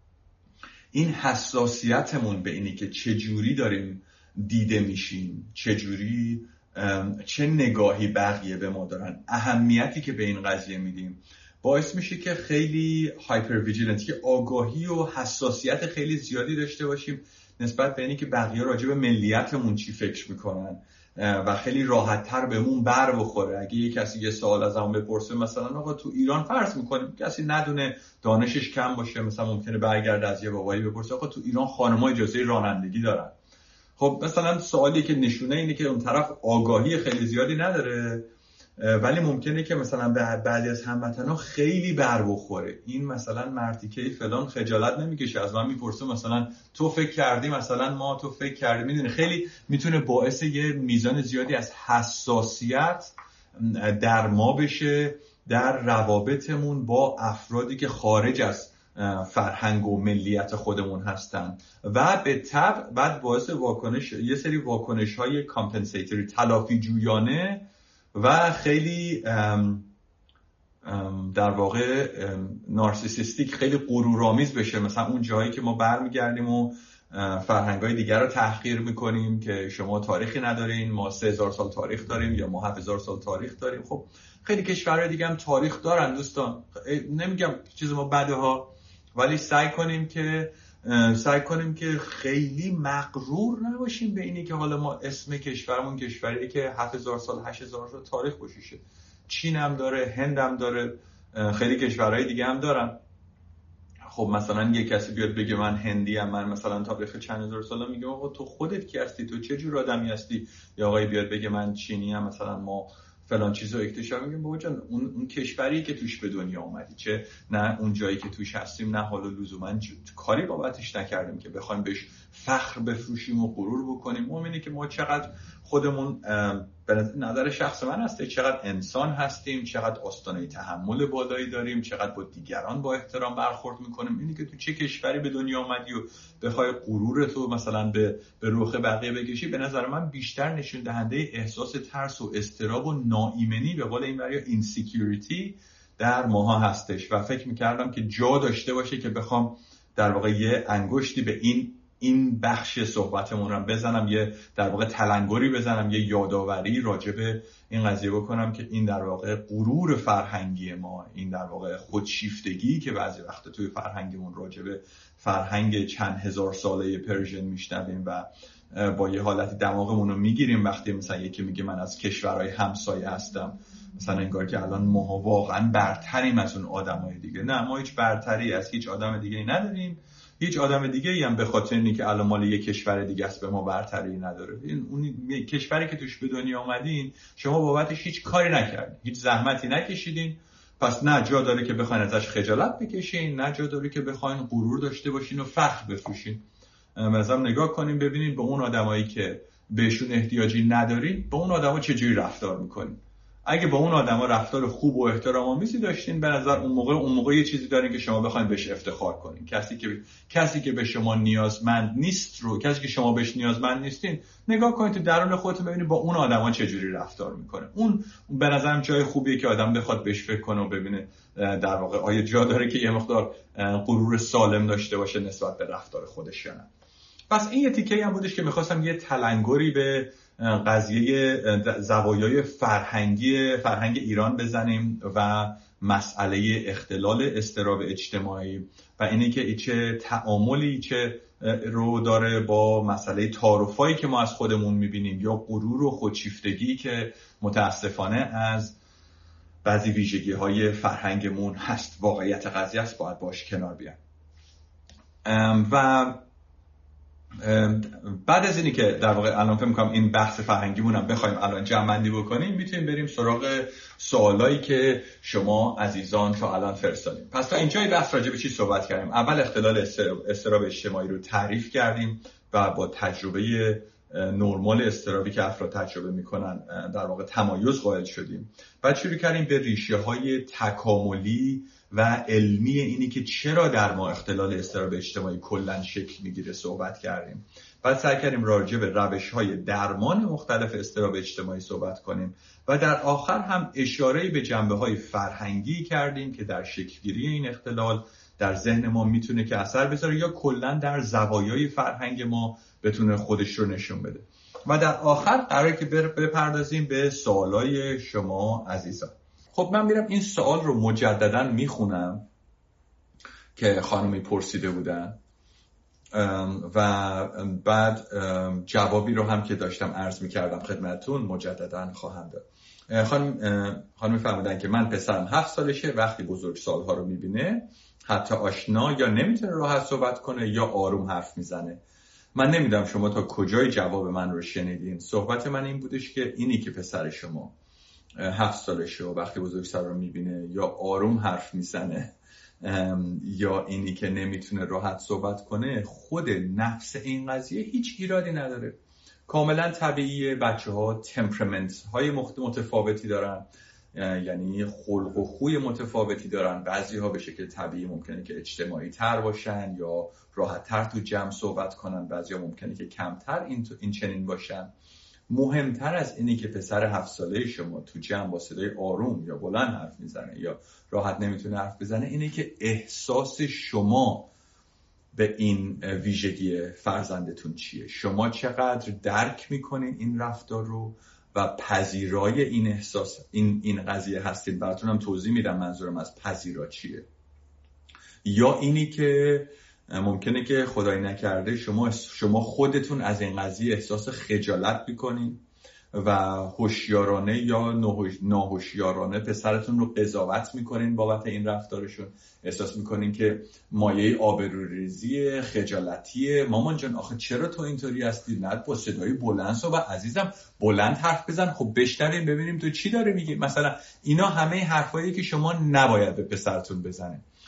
این حساسیتمون به اینی که چجوری داریم دیده میشیم، چجوری چه نگاهی بقیه به ما دارن، اهمیتی که به این قضیه میدیم باعث میشه که خیلی هایپر ویجیلنت، که آگاهی و حساسیت خیلی زیادی داشته باشیم نسبت به اینی که بقیه راجع به ملیتمون چی فکر میکنن و خیلی راحت‌تر بهمون بر بخوره. اگه یه کسی یه سوال از همون بپرسه، مثلا آقا تو ایران فرض میکنیم کسی ندونه، دانشش کم باشه، مثلا ممکنه برگرده از یه بابایی بپرسه آقا تو ایران خانم‌ها اجازه رانندگی دارن. خب مثلا سوالی که نشونه اینه که اون طرف آگاهی خیلی زیادی نداره ولی ممکنه که مثلا بعضی از هموطنا خیلی بر بخوره. این مثلا مرتیکه فلان خجالت نمیکشه از من میپرسه مثلا تو فکر کردی، مثلا ما تو فکر کردی. میدونی خیلی میتونه باعث یه میزان زیادی از حساسیت در ما بشه در روابطمون با افرادی که خارج از فرهنگ و ملیت خودمون هستن و به طبع بعد باعث واکنش یه سری واکنش های کامپنسیتوری، تلافی جویانه و خیلی ام ام در واقع نارسیسیستیک، خیلی غرورآمیز بشه. مثلا اون جایی که ما برمیگردیم و فرهنگ‌های دیگر رو تحقیر میکنیم که شما تاریخی ندارین، ما سه هزار سال تاریخ داریم یا ما هفت هزار سال تاریخ داریم. خب خیلی کشورهای دیگه هم تاریخ دارن دوستان، نمیگم چیز ما بده ها، ولی سعی کنیم که سعی کنیم که خیلی مغرور نباشیم به اینی که حالا ما اسم کشورمون کشوریه که هفت هزار سال هشت هزار سال تاریخ باشیشه. چین هم داره، هند هم داره، خیلی کشورهای دیگه هم دارن. خب مثلا یه کسی بیاد بگه من هندی ام، من مثلا تاریخ چند هزار ساله، میگم آقا تو خودت کی هستی؟ تو چه جور آدمی هستی؟ یا آقای بیاد بگه من چینی ام، مثلا ما فلان چیزو اکتشاف، میگم بابا جان اون اون کشوری که توش به دنیا اومدی، چه نه اون جایی که توش هستیم، نه حالا لزوما کاری بابتش نکردیم که بخوایم بهش فخر بفروشیم و غرور بکنیم. مهم اینه که ما چقدر خودمون به نظر شخص من هسته چقدر انسان هستیم، چقدر آستانه تحمل بالایی داریم، چقدر با دیگران با احترام برخورد میکنیم. اینی که تو چه کشوری به دنیا اومدی و بخوای غرورتو مثلا به به رخ بقیه بکشی، به نظر من بیشتر نشون دهنده احساس ترس و اضطراب و ناایمنی به قول این وریا اینسیکیوریتی در ماها هستش. و فکر میکردم که جا داشته باشه که بخوام در واقع یه انگشتی به این این بخش صحبتمون رو بزنم، یه در واقع تلنگری بزنم، یه یادآوری راجع به این قضیه بکنم که این در واقع غرور فرهنگی ما، این در واقع خودشیفتگی که بعضی وقتا توی فرهنگمون راجع به فرهنگ چند هزار ساله پرژن میشنویم و با یه حالتی دماغمون رو میگیریم وقتی مثلا یکی میگه من از کشورهای همسایه هستم، مثلا انگار که الان ما واقعا برتریم از اون آدمای دیگه. نه، ما هیچ برتری از هیچ آدم دیگه نداریم. هیچ آدم دیگه ای هم به خاطر اینی که الان مال یک کشور دیگه است به ما برتری نداره. این اون کشوری که توش به دنیا اومدین شما بابتش هیچ کاری نکردین، هیچ زحمتی نکشیدین، پس نه جا داره که بخواین ازش خجالت بکشین، نه جا داره که بخواین غرور داشته باشین و فخر بفروشین. مثلا نگاه کنین ببینین به اون آدمایی که بهشون احتیاجی ندارین، با اون آدما چجوری رفتار میکنین. اگه با اون آدما رفتار خوب و احترام‌آمیزی داشتین، به نظر اون موقع اون موقع یه چیزی دارین که شما بخواید بهش افتخار کنین. کسی که کسی که به شما نیازمند نیست رو، کسی که شما بهش نیازمند نیستین، نگاه کنید تو درون خودتون ببینید با اون آدما چجوری رفتار میکنه. اون به نظرم جای خوبیه که آدم بخواد بهش فکر کنه و ببینه در واقع آیا جا داره که یه مقدار غرور سالم داشته باشه نسبت به رفتار خودش یا نه. پس این یه تیکه‌ای هم بودش که می‌خواستم یه تلنگری به قضیه زوایای فرهنگی فرهنگ ایران بزنیم و مسئله اختلال اضطراب اجتماعی و اینه که چه تعاملی چه رو داره با مسئله تعارفایی که ما از خودمون می‌بینیم یا غرور و خودشیفتگی که متاسفانه از بعضی ویژگی‌های فرهنگمون هست. واقعیت قضیه است، باید باش کنار بیایم. و بعد از اینی که در واقع الان فکر می‌کنم این بحث فرهنگیمون هم بخوایم الان جمع‌بندی بکنیم، میتونیم بریم سراغ سوالایی که شما عزیزان تا الان فرستادین. پس تا اینجای بحث راجع به چی صحبت کردیم؟ اول اختلال اضطراب اجتماعی رو تعریف کردیم و با تجربه نرمال اضطرابی که افراد تجربه میکنن در واقع تمایز قائل شدیم. بعد شروع کردیم به ریشه‌های تکاملی و علمی اینی که چرا در ما اختلال اضطراب اجتماعی کلاً شکل میگیره صحبت کردیم. بعد سعی کردیم راجع به روش‌های درمان مختلف اضطراب اجتماعی صحبت کنیم و در آخر هم اشاره‌ای به جنبه‌های فرهنگی کردیم که در شکل‌گیری این اختلال در ذهن ما میتونه که اثر بذاره یا کلاً در زوایای فرهنگ ما بتونه خودش رو نشون بده. و در آخر قراره که بپردازیم به سوالای شما عزیزان. خب من میرم این سوال رو مجددا میخونم که خانمی پرسیده بودن و بعد جوابی رو هم که داشتم عرض میکردم خدمتتون مجددا خواهم داد. خانم خانم فرمودن که من پسرم هفت سالشه، وقتی بزرگسال‌ها رو میبینه حتی آشنا یا نمیتونه راحت صحبت کنه یا آروم حرف میزنه. من نمیدونم شما تا کجای جواب من رو شنیدین. صحبت من این بودش که اینی که پسر شما هفت سالشه و وقتی بزرگسال رو میبینه یا آروم حرف میزنه یا اینی که نمیتونه راحت صحبت کنه، خود نفس این قضیه هیچ ایرادی نداره، کاملا طبیعیه. بچه ها تمپرامنت های متفاوتی دارن، یعنی خلق و خوی متفاوتی دارن. بعضی ها به شکل طبیعی ممکنه که اجتماعی تر باشن یا راحت تر تو جمع صحبت کنن، بعضی ها ممکنه که کمتر این, این چنین باشن. مهمتر از اینی که پسر هفت ساله شما تو جمع با صدای آروم یا بلند حرف میزنه یا راحت نمیتونه حرف بزنه، اینه که احساس شما به این ویژگی فرزندتون چیه. شما چقدر درک میکنین این رفتار رو و پذیرای این احساس این این قضیه هستین. براتون هم توضیح میدم منظورم از پذیرا چیه. یا اینی که ممکنه که خدای نکرده شما شما خودتون از این قضیه احساس خجالت میکنین و هوشیارانه یا ناهوشیارانه پسرتون رو قضاوت میکنین بابت این رفتارشون. احساس میکنین که مایه آبروریزی، خجالتیه. مامان جان آخه چرا تو اینطوری هستی؟ نه با صدای بلند صحبت، عزیزم بلند حرف بزن، خب بشنویم ببینیم تو چی داره میگی. مثلا اینا همه حرفایی که شما نباید به پسرتون بزنین.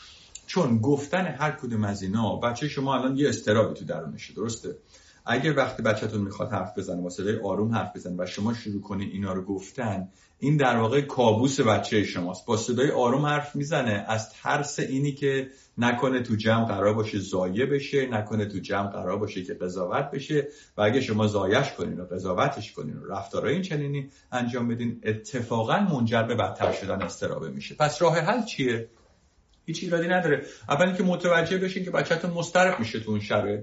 چون گفتن هر کدوم از اینا بچه شما الان یه اضطرابی تو درونشه، درسته؟ اگر وقتی بچه‌تون میخواد حرف بزنه با صدای آروم حرف بزنه و شما شروع کنین اینا رو گفتن، این در واقع کابوس بچه شماست. با صدای آروم حرف میزنه از ترس اینی که نکنه تو جمع قرار باشه ضایع بشه، نکنه تو جمع قرار باشه که قضاوت بشه و اگه شما ضایعش کنین و قضاوتش کنین و رفتارهای این چنینی انجام بدین، اتفاقا منجر به بدتر شدن اضطراب میشه. پس راه حل چیه؟ هیچ ایرادی نداره. اولی که متوجه بشین که بچه‌تون مضطرب میشه تو اون شرایط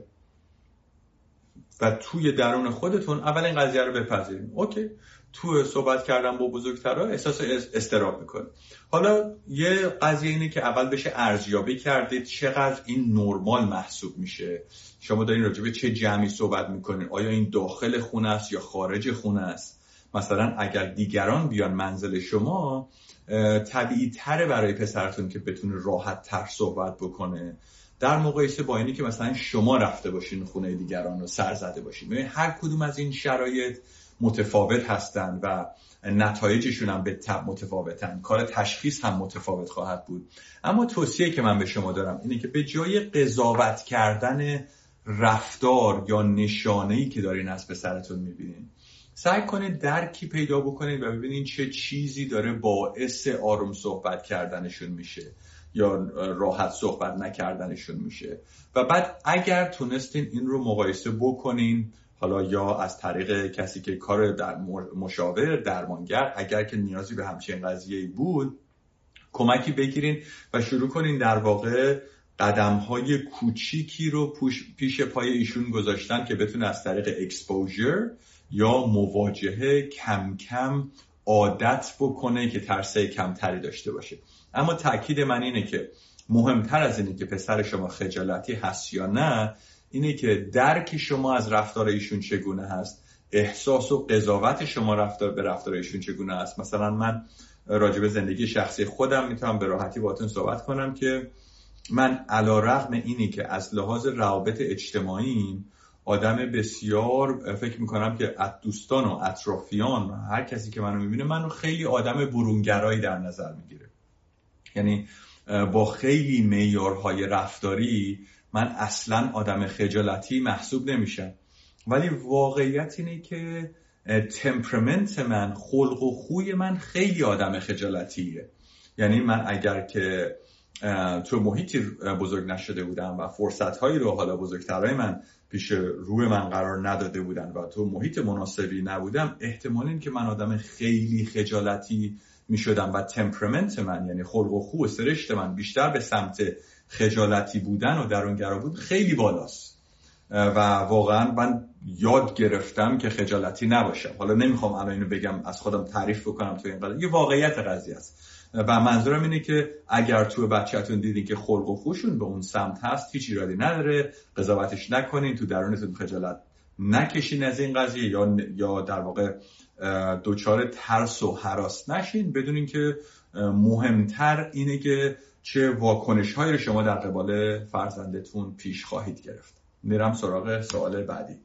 و توی درون خودتون اول این قضیه رو بپذیرین. اوکی، تو صحبت کردن با بزرگترها احساس اضطراب میکنه. حالا یه قضیه اینه که اول بشه ارزیابی کردید چقدر این نرمال محسوب میشه. شما دارین راجع به چه جمعی صحبت میکنین؟ آیا این داخل خونه است یا خارج خونه است؟ مثلا اگر دیگران بیان منزل شما، طبیعی تره برای پسرتون که بتونه راحت تر صحبت بکنه در مقایسه با اینی که مثلا شما رفته باشین خونه دیگران رو سر زده باشین. ببین هر کدوم از این شرایط متفاوت هستن و نتایجشون هم به تبع متفاوتن، کار تشخیص هم متفاوت خواهد بود. اما توصیه که من به شما دارم اینه که به جای قضاوت کردن رفتار یا نشانه‌ای که دارین از پسرتون میبینین، سعی کنید درکی پیدا بکنید و ببینید چه چیزی داره باعث آروم صحبت کردنشون میشه یا راحت صحبت نکردنشون میشه و بعد اگر تونستین این رو مقایسه بکنین، حالا یا از طریق کسی که کار در مشاور درمانگر، اگر که نیازی به همچین قضیه‌ای بود، کمکی بگیرین و شروع کنین در واقع قدم‌های کوچیکی رو پیش پای ایشون گذاشتن که بتونه از طریق اکسپوژر یا مواجهه کم کم عادت بکنه که ترسه کمتری داشته باشه. اما تأکید من اینه که مهمتر از اینه که پسر شما خجالتی هست یا نه، اینه که درک شما از رفتار ایشون چگونه هست، احساس و قضاوت شما رفتار به رفتار ایشون چگونه هست. مثلا من راجع به زندگی شخصی خودم میتونم به راحتی باهاتون صحبت کنم که من علیرغم اینی که از لحاظ روابط اجتماعی آدم بسیار فکر میکنم که دوستان و اطرافیان و هر کسی که منو میبینه منو خیلی آدم برونگرایی در نظر میگیره، یعنی با خیلی معیارهای رفتاری من اصلا آدم خجالتی محسوب نمیشم، ولی واقعیت اینه که تمپرمنت من، خلق و خوی من خیلی آدم خجالتیه. یعنی من اگر که تو محیطی بزرگ نشده بودم و فرصتهایی رو حالا بزرگترهای من پیش روی من قرار نداده بودن و تو محیط مناسبی نبودم، احتمال این که من آدم خیلی خجالتی می شدم و تمپرمنت من، یعنی خلق و خو و سرشت من بیشتر به سمت خجالتی بودن و درونگرا بود خیلی بالاست و واقعا من یاد گرفتم که خجالتی نباشم. حالا نمیخوام الان اینو بگم از خودم تعریف بکنم تو این قضیه، یه واقعیت قضیه است و منظورم اینه که اگر تو بچه‌تون دیدین که خلق و خوشون به اون سمت هست، هیچ ایرادی نداره، قضاوتش نکنین، تو درونتون خجالت نکشین از این قضیه یا یا در واقع دوچار ترس و هراس نشین. بدونین که مهمتر اینه که چه واکنش‌هایی رو شما در قبال فرزندتون پیش خواهید گرفت. میرم سراغ سوال بعدی.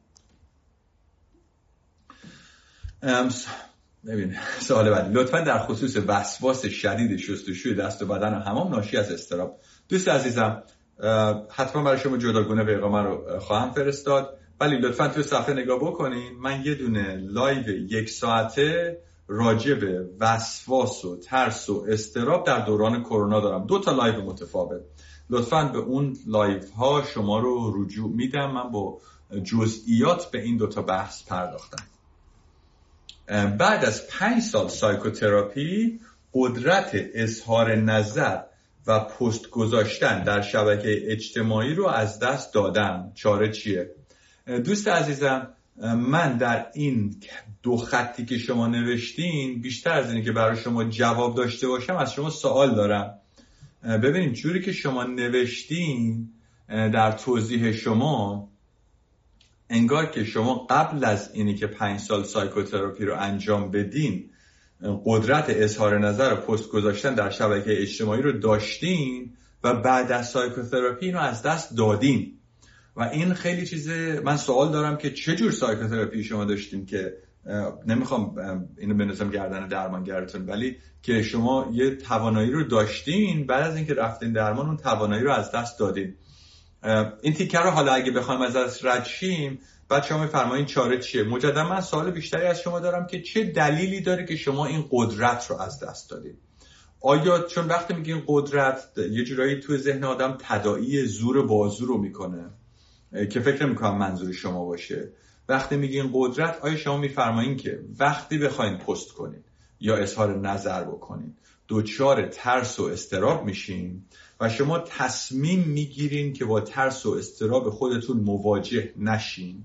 ببین سوال بعدی، لطفا در خصوص وسواس شدید شستشوی دست و بدن و حمام ناشی از اضطراب. دوست عزیزم حتما برای شما جداگونه پیغام رو خواهم فرستاد، ولی لطفا تو صفحه نگاه بکنین. من یه دونه لایو یک ساعته راجع به وسواس و ترس و اضطراب در دوران کرونا دارم، دو تا لایو متفاوت. لطفا به اون لایو ها شما رو رجوع میدم، من با جزئیات به این دو تا بحث پرداختم. بعد از پنج سال سایکوتراپی قدرت اظهار نظر و پست گذاشتن در شبکه اجتماعی رو از دست دادم. چاره چیه؟ دوست عزیزم، من در این دو خطی که شما نوشتین بیشتر از اینه که برای شما جواب داشته باشم از شما سوال دارم. ببینید جوری که شما نوشتین در توضیح شما، انگار که شما قبل از اینی که پنج سال سایکوتراپی رو انجام بدین قدرت اظهار نظر و پست گذاشتن در شبکه اجتماعی رو داشتین و بعد از سایکوتراپی اینو از دست دادین و این خیلی چیزه. من سوال دارم که چه جور سایکوتراپی شما داشتین که نمیخوام اینو بنوزم گردن درمانگرتون، ولی که شما یه توانایی رو داشتین، بعد از اینکه رفتین درمان اون توانایی رو از دست دادین. این تیکه رو حالا اگه بخوایم از از رد شیم، بعد شما میفرمایید چاره چیه؟ مجددا من سوال بیشتری از شما دارم که چه دلیلی داره که شما این قدرت رو از دست دادید؟ آیا چون وقتی میگین قدرت یه جورایی توی ذهن آدم تداعی زور بازو رو میکنه که فکر نمیکنم منظور شما باشه. وقتی میگین قدرت، آیا شما میفرمایین که وقتی بخواین پست کنین یا اظهار نظر بکنین دوچار ترس و اضطراب میشین و شما تصمیم میگیرین که با ترس و اضطراب خودتون مواجه نشین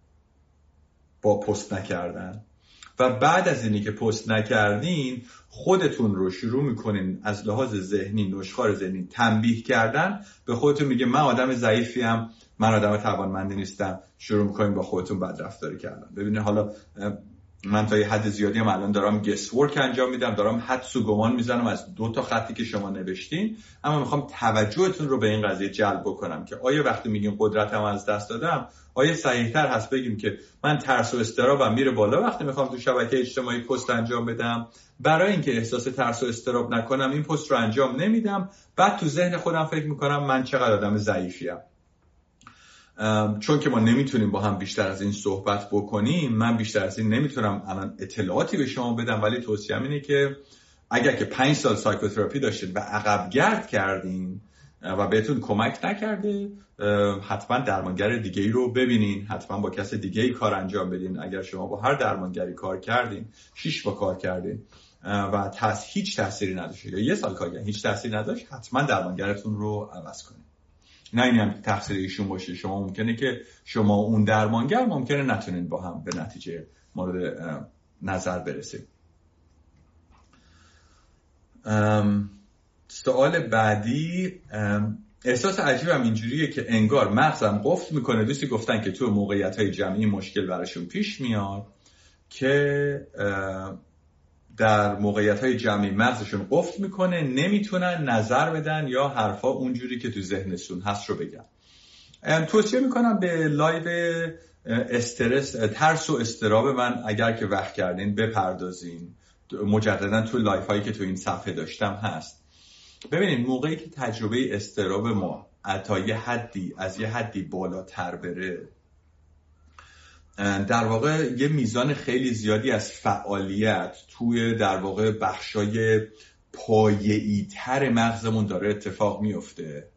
با پست نکردن، و بعد از اینی که پست نکردین خودتون رو شروع میکنین از لحاظ ذهنی، نشخوار ذهنی تنبیه کردن به خودتون، میگه من آدم ضعیفیم، من آدم توانمندی نیستم، شروع میکنین با خودتون بد رفتاری کردن. ببینید حالا من تا یه حد زیادی هم الان دارم گس ورک انجام میدم، دارم حدس و گمان میزنم از دو تا خطی که شما نوشتین، اما میخوام توجهتون رو به این قضیه جلب بکنم که آیا وقتی میگیم قدرتم از دست دادم، آیا صحیح‌تر هست بگیم که من ترس و اضطرابم میره بالا وقتی میخوام تو شبکه اجتماعی پست انجام بدم، برای اینکه احساس ترس و اضطراب نکنم این پست رو انجام نمیدم، بعد تو ذهن خودم فکر میکنم من چقدر آدم ضعیفیم. چون که ما نمیتونیم با هم بیشتر از این صحبت بکنیم، من بیشتر از این نمیتونم الان اطلاعاتی به شما بدم، ولی توصیه‌ام اینه که اگر که پنج سال سایکوتراپی داشتید و عقب گرد کردین و بهتون کمک نکرده، حتما درمانگر دیگه‌ای رو ببینین، حتما با کس دیگه‌ای کار انجام بدین. اگر شما با هر درمانگری کار کردین، شش با کار کردین و تاس هیچ تأثیری نداشت یا یه سال کار کردین هیچ تأثیری نداشت، حتما درمانگرتون رو عوض کنین. نه این هم تقصیر ایشون باشه، شما ممکنه که شما اون درمانگر ممکنه نتونین با هم به نتیجه مورد نظر برسید. سوال بعدی، احساس عجیبم اینجوریه که انگار مغزم قفل میکنه. دوستی گفتن که تو موقعیت‌های جمعی مشکل براشون پیش میاد که در موقعیت‌های جمعی مغزشون قفل میکنه، نمیتونن نظر بدن یا حرفا اونجوری که تو ذهنشون هست رو بگن. توصیه میکنم به لایو استرس، ترس و اضطراب من اگر که وقت کردین بپردازین. مجددا تو لایف هایی که تو این صفحه داشتم هست. ببینید موقعی که تجربه اضطراب ما تا یه حدی از یه حدی بالاتر بره، در واقع یه میزان خیلی زیادی از فعالیت توی در واقع بخشای پایه‌ای تر مغزمون داره اتفاق میفته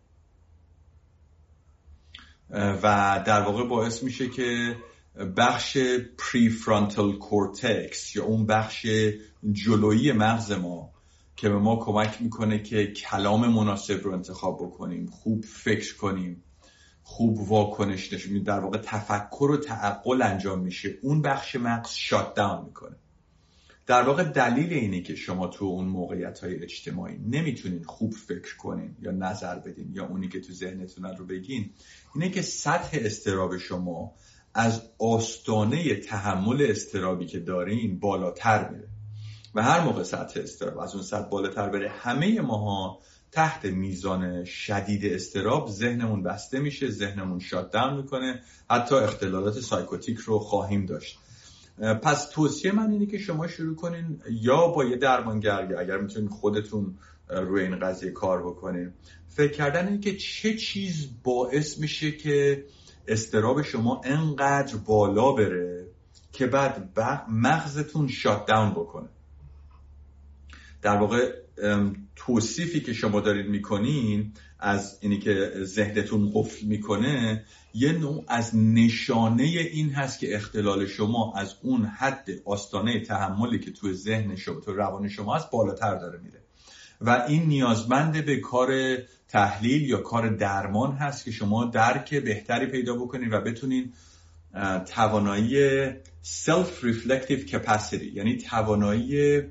و در واقع باعث میشه که بخش پریفرانتال کورتکس یا اون بخش جلویی مغز ما که به ما کمک میکنه که کلام مناسب رو انتخاب بکنیم، خوب فکر کنیم، خوب واکنش نشون بدیم، در واقع تفکر و تعقل انجام میشه، اون بخش مغز شات داون میکنه. در واقع دلیل اینه که شما تو اون موقعیت‌های اجتماعی نمیتونین خوب فکر کنین یا نظر بدین یا اونی که تو ذهنتون رو بگین، اینه که سطح اضطراب شما از آستانه تحمل اضطرابی که دارین بالاتر میره و هر موقع سطح اضطراب از اون سطح بالاتر بره، همه ماها تحت میزان شدید اضطراب ذهنمون بسته میشه، ذهنمون شات داون میکنه، حتی اختلالات سایکوتیک رو خواهیم داشت. پس توصیه من اینه که شما شروع کنین یا با یه درمانگر یا اگر میتونین خودتون روی این قضیه کار بکنین، فکر کردن اینه که چه چیز باعث میشه که اضطراب شما انقدر بالا بره که بعد مغزتون شات داون بکنه. در واقع توصیفی که شما دارید میکنین از اینی که ذهنتون قفل میکنه یه نوع از نشانه این هست که اختلال شما از اون حد آستانه تحملی که تو ذهن شما، تو روان شما هست، بالاتر داره میره و این نیازمند به کار تحلیل یا کار درمان هست که شما درک بهتری پیدا بکنید و بتونین توانایی self reflective capacity، یعنی توانایی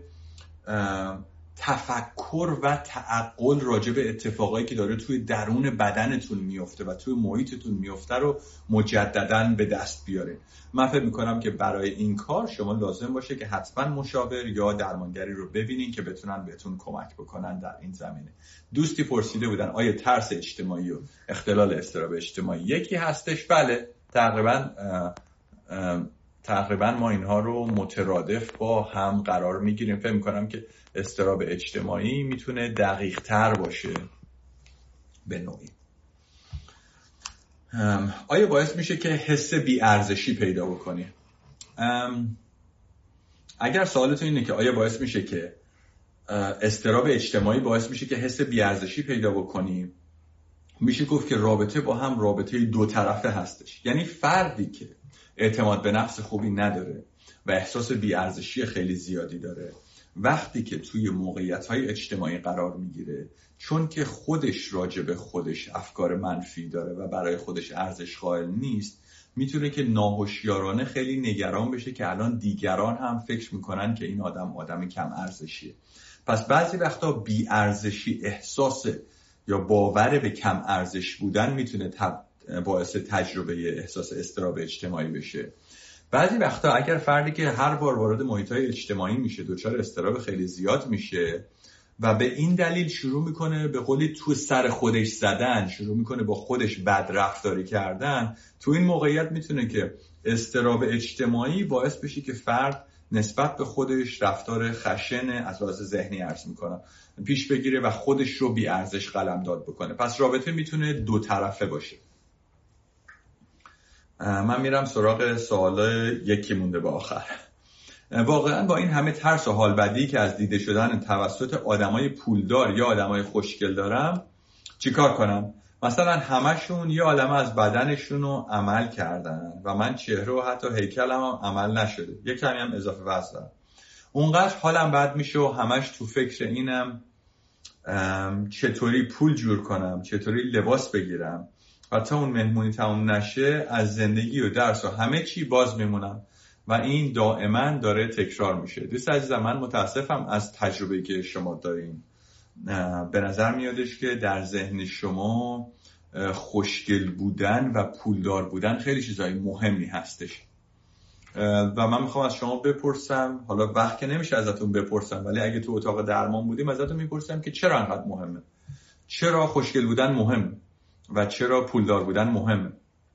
تفکر و تعقل راجع به اتفاقایی که داره توی درون بدنتون میفته و توی محیطتون میفته رو مجدداً به دست بیاره. من فکر میکنم که برای این کار شما لازم باشه که حتما مشاور یا درمانگری رو ببینین که بتونن بهتون کمک بکنن در این زمینه. دوستی پرسیده بودن آیا ترس اجتماعی و اختلال اضطراب اجتماعی یکی هستش؟ بله، تقریبا تقریبا ما اینها رو مترادف با هم قرار میگیریم. فکر میکنم که اضطراب اجتماعی میتونه دقیق تر باشه به نوعی. آیا باعث میشه که حس بی‌ارزشی پیدا بکنی؟ اگر سوالتون اینه که آیا باعث میشه که اضطراب اجتماعی باعث میشه که حس بی‌ارزشی پیدا بکنی، میشه گفت که رابطه با هم رابطه دو طرفه هستش. یعنی فردی که اعتماد به نفس خوبی نداره و احساس بی‌ارزشی خیلی زیادی داره، وقتی که توی موقعیت‌های اجتماعی قرار میگیره، چون که خودش راجع به خودش افکار منفی داره و برای خودش ارزش قائل نیست، میتونه که ناهوشیارانه خیلی نگران بشه که الان دیگران هم فکر میکنن که این آدم آدم کم ارزشیه. پس بعضی وقتا بی‌ارزشی احساس یا باور به کم ارزش بودن میتونه تب... باعث تجربه احساس اضطراب اجتماعی بشه. بعضی وقتا اگر فردی که هر بار وارد محیط‌های اجتماعی میشه دچار اضطراب خیلی زیاد میشه و به این دلیل شروع میکنه به قولی تو سر خودش زدن، شروع میکنه با خودش بد رفتاری کردن، تو این موقعیت میتونه که اضطراب اجتماعی باعث بشه که فرد نسبت به خودش رفتار خشن از لحاظ ذهنی عرض میکنم پیش بگیره و خودش رو بی ارزش قلمداد بکنه. پس رابطه میتونه دو طرفه باشه. من میرم سراغ سوال یکی مونده به آخر. واقعا با این همه ترس و حال بدی که از دیده شدن توسط آدمای پولدار یا آدمای خوشگل دارم چیکار کنم؟ مثلا همشون یه عالمه از بدنشون رو عمل کردن و من چهره و حتی هیکلم هم عمل نشده، یه کمی هم اضافه وزن دارم، اونقدر حالم بد میشه و همش تو فکر اینم چطوری پول جور کنم، چطوری لباس بگیرم و تا اون مهمونی تموم نشه از زندگی و درس و همه چی باز میمونم و این دائما داره تکرار میشه. دوست عزیزم، من متاسفم از تجربه‌ای که شما دارین. به نظر میادش که در ذهن شما خوشگل بودن و پولدار بودن خیلی چیزای مهمی هستش و من میخوام از شما بپرسم، حالا وقت که نمیشه ازتون بپرسم ولی اگه تو اتاق درمان بودیم ازتون میپرسم که چرا انقدر مهمه؟ چرا خوشگل بودن مهمه و چرا پولدار بودن مهمه؟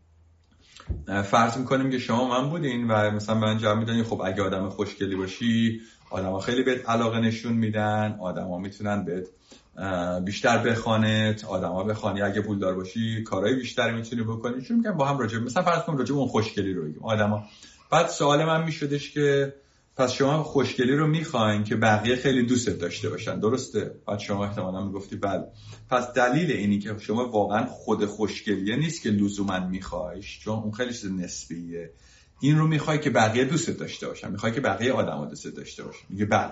فرض میکنیم که شما من بودین و مثلا من جواب میدن خب اگه آدم خوشگلی باشی آدما خیلی بهت علاقه نشون میدن، آدما میتونن بهت بیشتر بخوانت، آدما بخوانی، اگه پولدار باشی کارهای بیشتری میتونی بکنی. چون میگم با هم راجع مثلا فرض کنیم راجع به اون خوشگلی رو بگیم آدما. بعد سوال من میشدش که پس شما خوشگلی رو میخواین که بقیه خیلی دوستت داشته باشن، درسته؟ بعد شما احتمالاً میگفتی بله. پس دلیل اینی که شما واقعا خود خوشگلیه نیست که لزوما میخوایش، چون اون خیلی چیز نسبیه. این رو میخوای که بقیه دوستت داشته باشن، میخوای که بقیه آدما دوستت داشته باشن. میگه بله.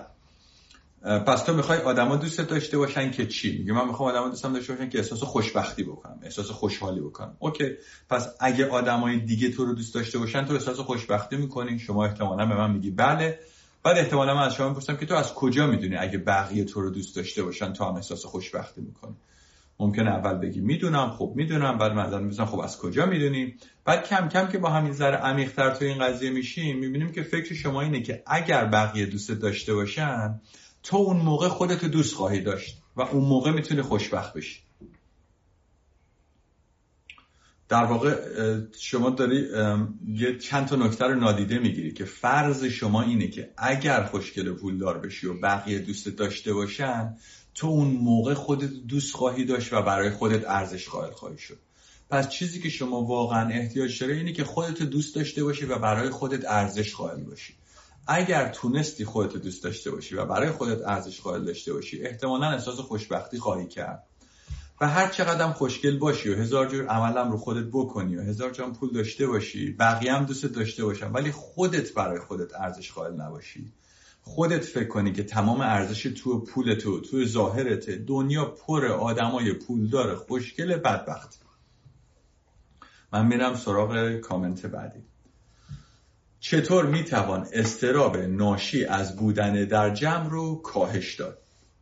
پس تو میخوای آدما دوستت داشته باشن که چی؟ میگه من میخوام آدما دوستم داشته باشن که احساس خوشبختی بکنم، احساس خوشحالی بکنم. اوکی، پس اگه آدمای دیگه تو رو دوست داشته باشن تو احساس خوشبختی میکنی؟ شما احتمالاً به من میگی بله. بعد احتمالاً من از شما میپرسم که تو از کجا میدونی اگه بقیه تو رو دوست داشته باشن تو هم احساس خوشبختی میکنی؟ ممکنه اول بگی میدونم، خب میدونم، بعد من ازت میپرسم خب از کجا میدونی؟ بعد کم کم که با همین ذره عمیق‌تر تو این قضیه میشیم میبینیم که فکر شما اینه که اگر بقیه دوست داشته باشن تو اون موقع خودت دوست خواهی داشت و اون موقع میتونی خوشبخت بشی. در واقع شما داری یه چند تا نکته رو نادیده میگیری که فرض شما اینه که اگر خوشگل و پولدار بشی و بقیه دوست داشته باشن تو اون موقع خودت دوست خواهی داشت و برای خودت ارزش قائل خواهی شد. پس چیزی که شما واقعا احتیاج داری اینه که خودت دوست داشته باشی و برای خودت ارزش قائل باشی. اگر تونستی خودت دوست داشته باشی و برای خودت ارزش قائل داشته باشی احتمالاً احساس خوشبختی خواهی کرد و هر چقدر خوشگل باشی و هزار جور عملم رو خودت بکنی و هزار جور پول داشته باشی بقیه هم دوست داشته باشن ولی خودت برای خودت ارزش قائل نباشی، خودت فکر کنی که تمام ارزش تو پول تو تو ظاهرت، دنیا پر آدمای پولدار خوشگل بدبخت. من میرم سراغ کامنت بعدی. چطور میتوان اضطراب ناشی از بودن در جمع رو کاهش داد؟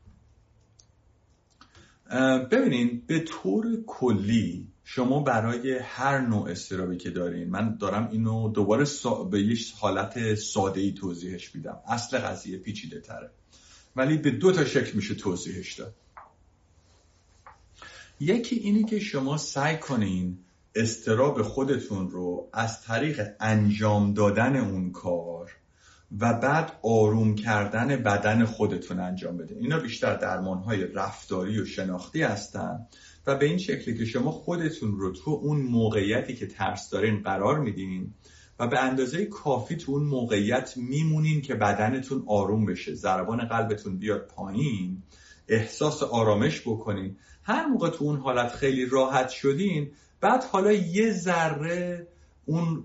ببینین به طور کلی شما برای هر نوع اضطرابی که دارین، من دارم اینو دوباره سا... به یک حالت ساده‌ای توضیحش میدم، اصل قضیه پیچیده تره ولی به دو تا شکل میشه توضیحش داد. یکی اینی که شما سعی کنین اضطراب خودتون رو از طریق انجام دادن اون کار و بعد آروم کردن بدن خودتون انجام بده. اینا بیشتر درمانهای رفتاری و شناختی هستن و به این شکلی که شما خودتون رو تو اون موقعیتی که ترس دارین قرار میدین و به اندازه کافی تو اون موقعیت میمونین که بدنتون آروم بشه، ضربان قلبتون بیاد پایین، احساس آرامش بکنین. هر موقع تو اون حالت خیلی راحت شدین، بعد حالا یه ذره اون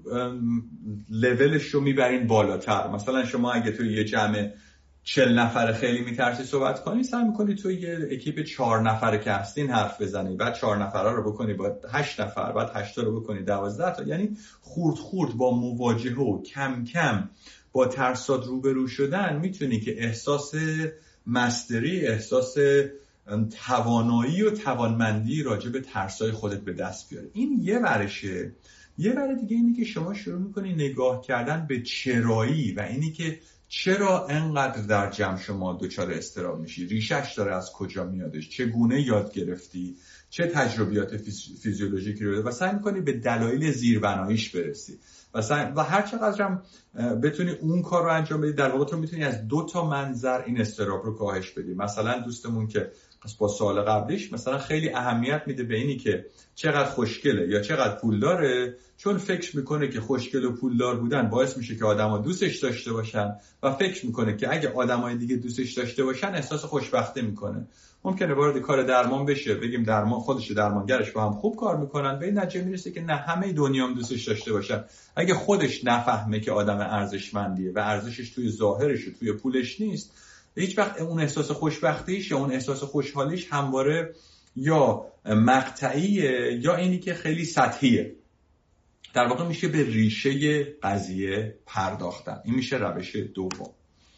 لولش رو میبرین بالاتر. مثلا شما اگه تو یه جمع چل نفره خیلی میترسی صحبت کنی، سعی میکنی تو یه اکیپ چهار نفره که هستین حرف بزنی، بعد چهار نفره رو بکنی با هشت نفر، بعد هشت رو بکنی دوازده تا. یعنی خورد خورد با مواجهه و کم کم با ترسات روبرو شدن میتونی که احساس مستری، احساس توانایی و توانمندی راجع به ترسای خودت به دست بیاری. این یه ورشه. یه ور دیگه اینی که شما شروع میکنی نگاه کردن به چرایی و اینی که چرا انقدر در جمع شما دچار اضطراب میشی، ریشش داره از کجا میادش، چگونه یاد گرفتی، چه تجربیات فیزیولوژیکی رو و سعی میکنی به دلایل زیربناییش برسی و, و هر چقدر هم بتونی اون کار رو انجام بدی، در واقع تو میتونی از دو تا منظر این اضطراب رو کاهش بدی. مثلا دوستمون که با سوال قبلیش مثلا خیلی اهمیت میده به اینی که چقدر خوشگله یا چقدر پول داره، چون فکر میکنه که خوشگل و پولدار بودن باعث میشه که آدما دوستش داشته باشن و فکر میکنه که اگه آدمای دیگه دوستش داشته باشن احساس خوشبختی میکنه. ممکنه وارد کار درمان بشه، بگیم درمان خودش درمانگرش با هم خوب کار میکنن، به این نتیجه میرسه که نه همه دنیا هم دوستش داشته باشن. اگه خودش نفهمه که آدم ارزشمندیه و ارزشش توی ظاهرش و توی پولش نیست، هیچ وقت اون احساس خوشبختیش یا اون احساس خوشحالیش همواره یا مقطعیه یا اینی که خیلی سطحیه. در واقع میشه به ریشه قضیه پرداختن. این میشه روش دوم.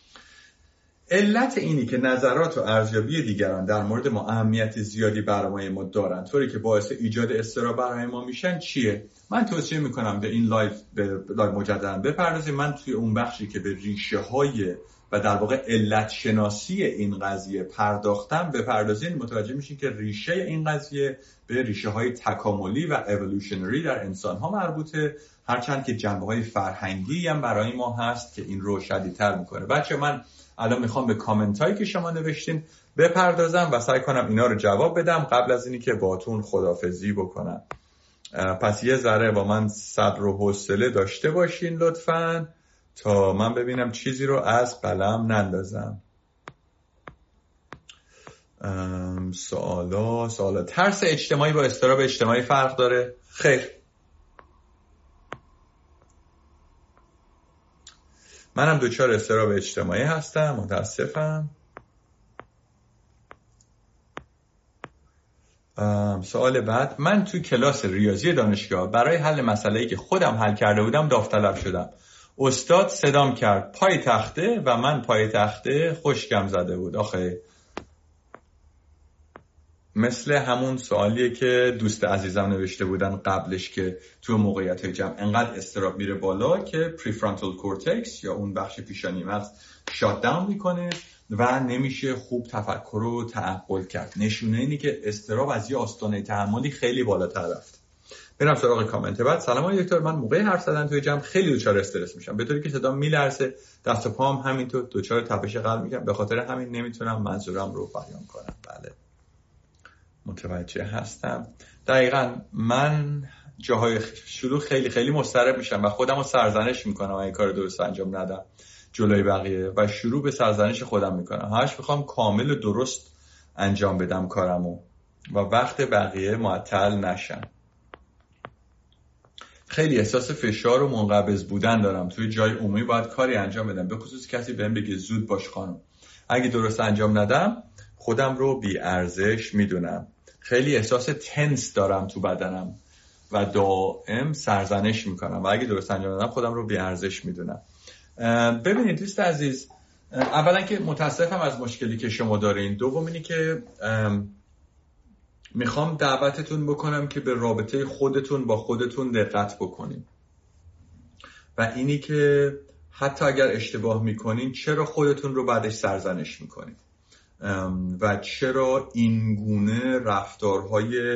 علت اینی که نظرات و ارزیابی دیگران در مورد ما اهمیت زیادی برای ما دارن، طوری که باعث ایجاد اضطراب برای ما میشن چیه؟ من توصیه میکنم به این لایو به لایو مجددا بپردازیم. من توی اون بخشی که به ریشه های و در واقع علت شناسی این قضیه پرداختم بپردازین، متوجه میشین که ریشه این قضیه به ریشه های تکاملی و اِوولوشنری در انسان ها مربوطه، هرچند که جنبه های فرهنگی هم برای ما هست که این رو شدیدتر میکنه. بچه من الان میخوام به کامنت هایی که شما نوشتین بپردازم و سعی کنم اینا رو جواب بدم قبل از اینی که باتون خداحافظی بکنم. پس یه ذره با من صبر و حوصله داشته باشین لطفاً تا من ببینم چیزی رو از قلم نندازم. سوالا سوالا ترس اجتماعی با اضطراب اجتماعی فرق داره؟ خیر. منم دچار اضطراب اجتماعی هستم، متاسفم. سوال بعد، من تو کلاس ریاضی دانشگاه برای حل مسئله‌ای که خودم حل کرده بودم داوطلب شدم. استاد صدام کرد پای تخته و من پای تخته خشکم زده بود. آخه مثل همون سوالیه که دوست عزیزم نوشته بودن قبلش که تو موقعیت جمع انقدر اضطراب میره بالا که پریفرانتال کورتکس یا اون بخش پیشانی مغز شات داون میکنه و نمیشه خوب تفکر و تعقل کرد. نشونه اینه که اضطراب از یه آستانه تحملی خیلی بالاتر رفت. برم سراغ کامنت بعد. سلام آقای دکتر، من موقع حرف زدن توی جمع خیلی دچار استرس میشم، به طوری که صدام میلرزه، دست و پام همینطور دچار تپش قلب میشم، به خاطر همین نمیتونم منظورم رو بیان کنم. بله متوجه هستم. دقیقاً من جاهای شروع خیلی خیلی مضطرب میشم و خودم رو سرزنش میکنم اگه کار درست انجام ندم جلوی بقیه و شروع به سرزنش خودم میکنم. همش میخوام کامل و درست انجام بدم کارمو و وقت بقیه معطل نشن. خیلی احساس فشار و منقبض بودن دارم. توی جای عمومی باید کاری انجام بدم، به خصوص کسی بهم بگه زود باش خانم. اگه درست انجام ندم خودم رو بی ارزش میدونم. خیلی احساس تنس دارم تو بدنم و دائم سرزنش میکنم و اگه درست انجام ندم خودم رو بی ارزش میدونم. ببینید دوست عزیز، اولا که متاسفم از مشکلی که شما دارین. دوم اینی که میخوام دعوتتون بکنم که به رابطه خودتون با خودتون دقت بکنین و اینی که حتی اگر اشتباه میکنین چرا خودتون رو بعدش سرزنش میکنین و چرا این گونه رفتارهای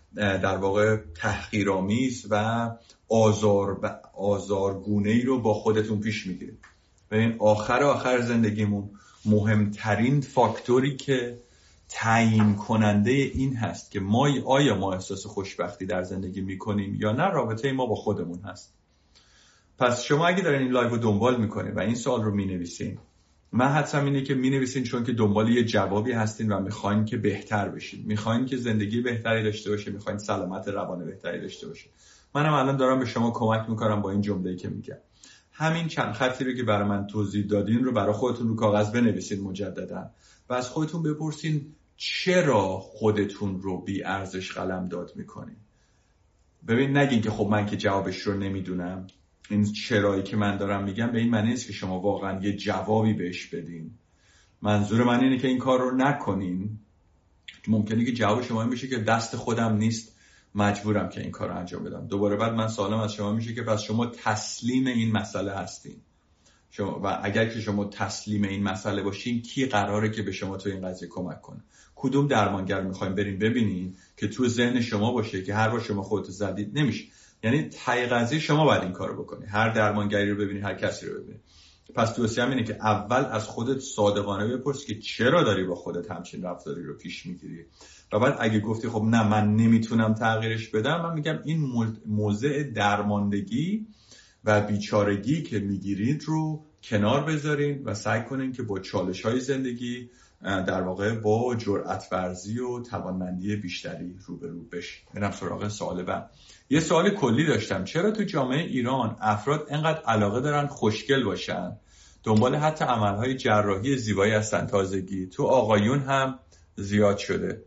در واقع تحقیرآمیز و آزار آزارگونه‌ای رو با خودتون پیش میگیرید. و این آخر آخر زندگیمون مهمترین فاکتوری که تعیین کننده این هست که ما آیا ما احساس خوشبختی در زندگی میکنیم یا نه، رابطه ما با خودمون هست. پس شما اگه دارین این لایو رو دنبال میکنین و این سوال رو مینویسین، من حدسم اینه که مینویسین چون که دنبال یه جوابی هستین و میخواین که بهتر بشین، میخواین که زندگی بهتری داشته باشه، میخواین سلامت روان بهتری داشته باشه. منم الان دارم به شما کمک میکنم با این جمله‌ای که میگم. همین چند خطی رو که برای من توضیح دادین رو برای خودتون رو کاغذ بنویسین مجددا و از خودتون بپرسین چرا خودتون رو بی ارزش قلمداد میکنین. ببین نگین که خب من که جوابش رو نمیدونم. این چرایی که من دارم میگم به این معنی نیست که شما واقعا یه جوابی بهش بدین. منظور من اینه که این کار رو نکنین. ممکنه که جواب شما این بشه که دست خودم نیست، مجبورم که این کار رو انجام بدم. دوباره بعد من سوالم از شما میشه که پس شما تسلیم این مسئله هستین شما، و اگر که شما تسلیم این مسئله باشین کی قراره که به شما تو این قضیه کمک کنه؟ کدوم درمانگر میخواین برین ببینین که تو ذهن شما باشه که هر بار شما خودتو زدید نمیشه. یعنی تای قضیه شما باید این کارو بکنی، هر درمانگری رو ببینی، هر کسی رو ببینی. پس توصیه‌ام اینه که اول از خودت صادقانه بپرس که چرا داری با خودت همچین رفتاری رو پیش میگیری، و بعد اگه گفتی خب نه من نمیتونم تغییرش بدم، من میگم این موضع درماندگی و بیچارگی که میگیرید رو کنار بذارین و سعی کنین که با چالش‌های زندگی در واقع با جرأت ورزی و توانمندی بیشتری روبرو بشین. برم سراغ سوال بعد. یه سوال کلی داشتم، چرا تو جامعه ایران افراد انقدر علاقه دارن خوشگل باشن، دنبال حتی عملهای جراحی زیبایی هستن تازگی، تو آقایون هم زیاد شده؟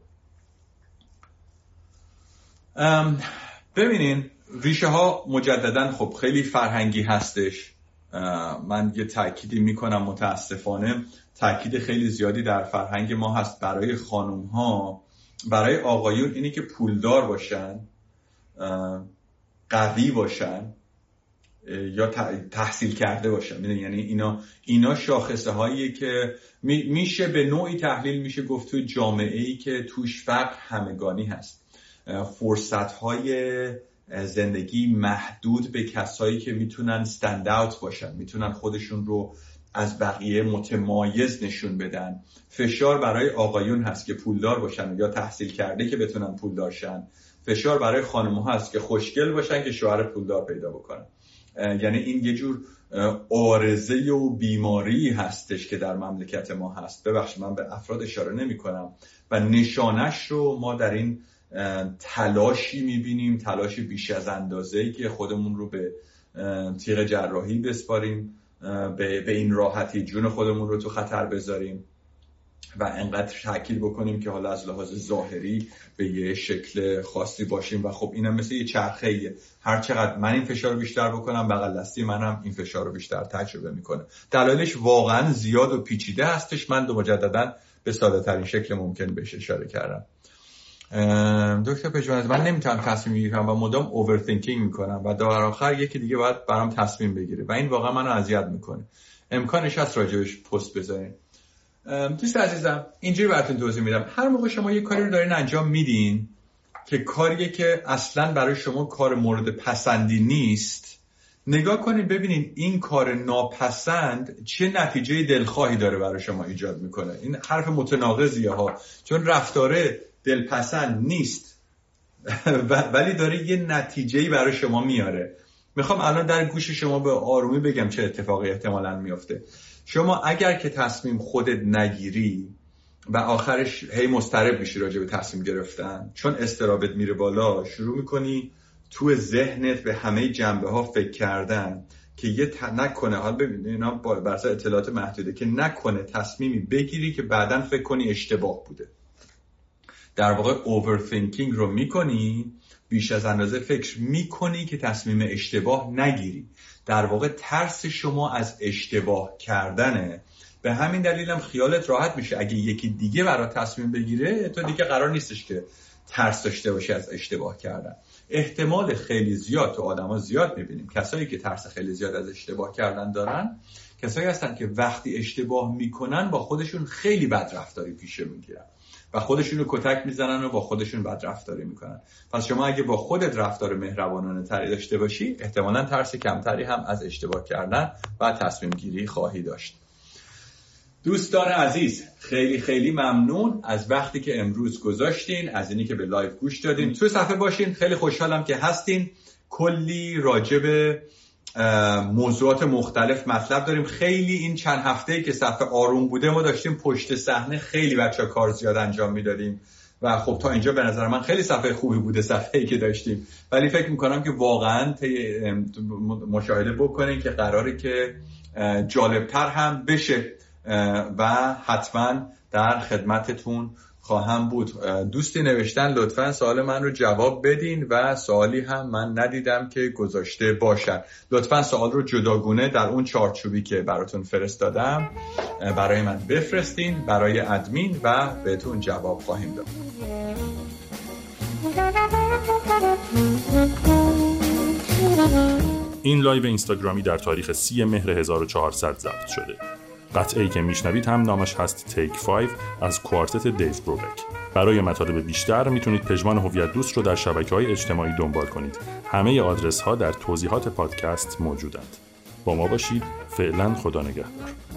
ببینین ریشه ها مجددا خب خیلی فرهنگی هستش. من یه تأکیدی میکنم، متاسفانه تأکید خیلی زیادی در فرهنگ ما هست برای خانم ها، برای آقایون اینی که پولدار باشن، قوی باشن یا تحصیل کرده باشن. یعنی اینا اینا شاخصه هایی که میشه به نوعی تحلیل میشه گفت توی جامعه ای که توش فقر همگانی هست، فرصت های زندگی محدود به کسایی که میتونن استند اوت باشن، میتونن خودشون رو از بقیه متمایز نشون بدن. فشار برای آقایون هست که پولدار باشن یا تحصیل کرده که بتونن پولدار شن. فشار برای خانم‌ها هست که خوشگل باشن که شوهر پولدار پیدا بکنن. یعنی این یه جور عارضه و بیماری هستش که در مملکت ما هست. ببخشید من به افراد اشاره نمی کنم و نشانش رو ما در این تلاشی میبینیم، تلاشی بیش از اندازه‌ای که خودمون رو به تیغ جراحی بسپاریم، به, به این راحتی جون خودمون رو تو خطر بذاریم و انقدر تاکید بکنیم که حالا از لحاظ ظاهری به یه شکل خاصی باشیم. و خب اینم مثل یه چرخه‌ایه، هر چقدر من این فشار رو بیشتر بکنم بغل دستی منم این فشار رو بیشتر تجربه میکنه. دلایلش واقعا زیاد و پیچیده هستش. من دو مجددا به ساده ترین شکل ممکن بهش اشاره کردم. دکتر پژمان من نمیتونم تصمیم بگیرم و مدام اوورثینکینگ میکنم و در آخر یکی دیگه باید برام تصمیم بگیره و این واقعا منو اذیت میکنه. امکانش هست راجبش پست بذارین؟ دوست عزیزم اینجوری براتون توضیح میدم. هر موقع شما یه کاری رو دارین انجام میدین که کاریه که اصلا برای شما کار مورد پسندی نیست، نگاه کنید ببینید این کار ناپسند چه نتیجه دلخواهی داره برای شما ایجاد میکنه. این حرف متناقضیه ها، چون رفتاره دلپسند نیست ولی داره یه نتیجه‌ای برای شما میاره. میخوام الان در گوش شما به آرومی بگم چه اتفاقی احتمالاً میفته. شما اگر که تصمیم خودت نگیری و آخرش هی مضطرب میشی راجع به تصمیم گرفتن، چون استرابت میره بالا، شروع میکنی تو ذهنت به همه جنبه ها فکر کردن که یه ت... نکنه حال ببین اینا بر اساس اطلاعات محدوده که نکنه تصمیمی بگیری که بعداً فکر کنی اشتباه بوده. در واقع اوورثینکینگ رو میکنی، بیش از اندازه فکر میکنی که تصمیم اشتباه نگیری. در واقع ترس شما از اشتباه کردنه. به همین دلیلم خیالت راحت میشه اگه یکی دیگه برات تصمیم بگیره تو دیگه قرار نیستش که ترس داشته باشی از اشتباه کردن. احتمال خیلی زیاد تو آدما زیاد میبینیم کسایی که ترس خیلی زیاد از اشتباه کردن دارن کسایی هستن که وقتی اشتباه میکنن با خودشون خیلی بد رفتاری پیش میگیرن و خودشون رو کتک میزنن و با خودشون بد رفتاری میکنن. پس شما اگه با خودت رفتار مهربانانه تری داشته باشی، احتمالاً ترس کمتری هم از اشتباه کردن و تصمیم گیری خواهی داشت. دوستان عزیز، خیلی خیلی ممنون از وقتی که امروز گذاشتین، از اینی که به لایو گوش دادین. توی صفحه باشین، خیلی خوشحالم که هستین. کلی راجع به موضوعات مختلف مطلب داریم. خیلی این چند هفته‌ای که صفحه آروم بوده ما داشتیم پشت صحنه خیلی بچه‌ها کار زیاد انجام میدادیم و خب تا اینجا به نظر من خیلی صفحه خوبی بوده صفحه‌ای که داشتیم، ولی فکر میکنم که واقعا مشاهده بکنین که قراره که جالبتر هم بشه و حتما در خدمتتون خواهم بود. دوستی نوشتن لطفاً سوال من رو جواب بدین و سوالی هم من ندیدم که گذاشته باشن. لطفاً سوال رو جداگونه در اون چارچوبی که براتون فرستادم برای من بفرستین، برای ادمین، و بهتون جواب خواهیم داد. این لایو اینستاگرامی در تاریخ سی مهر هزار و چهارصد ضبط شده. قطعه‌ای که میشنوید هم نامش هست تیک فایو از کوارتت دیو بروبک. برای مطالب بیشتر میتونید پژمان هویت دوست رو در شبکه‌های اجتماعی دنبال کنید. همه آدرس ها در توضیحات پادکست موجودند. با ما باشید. فعلا خدا نگهدار.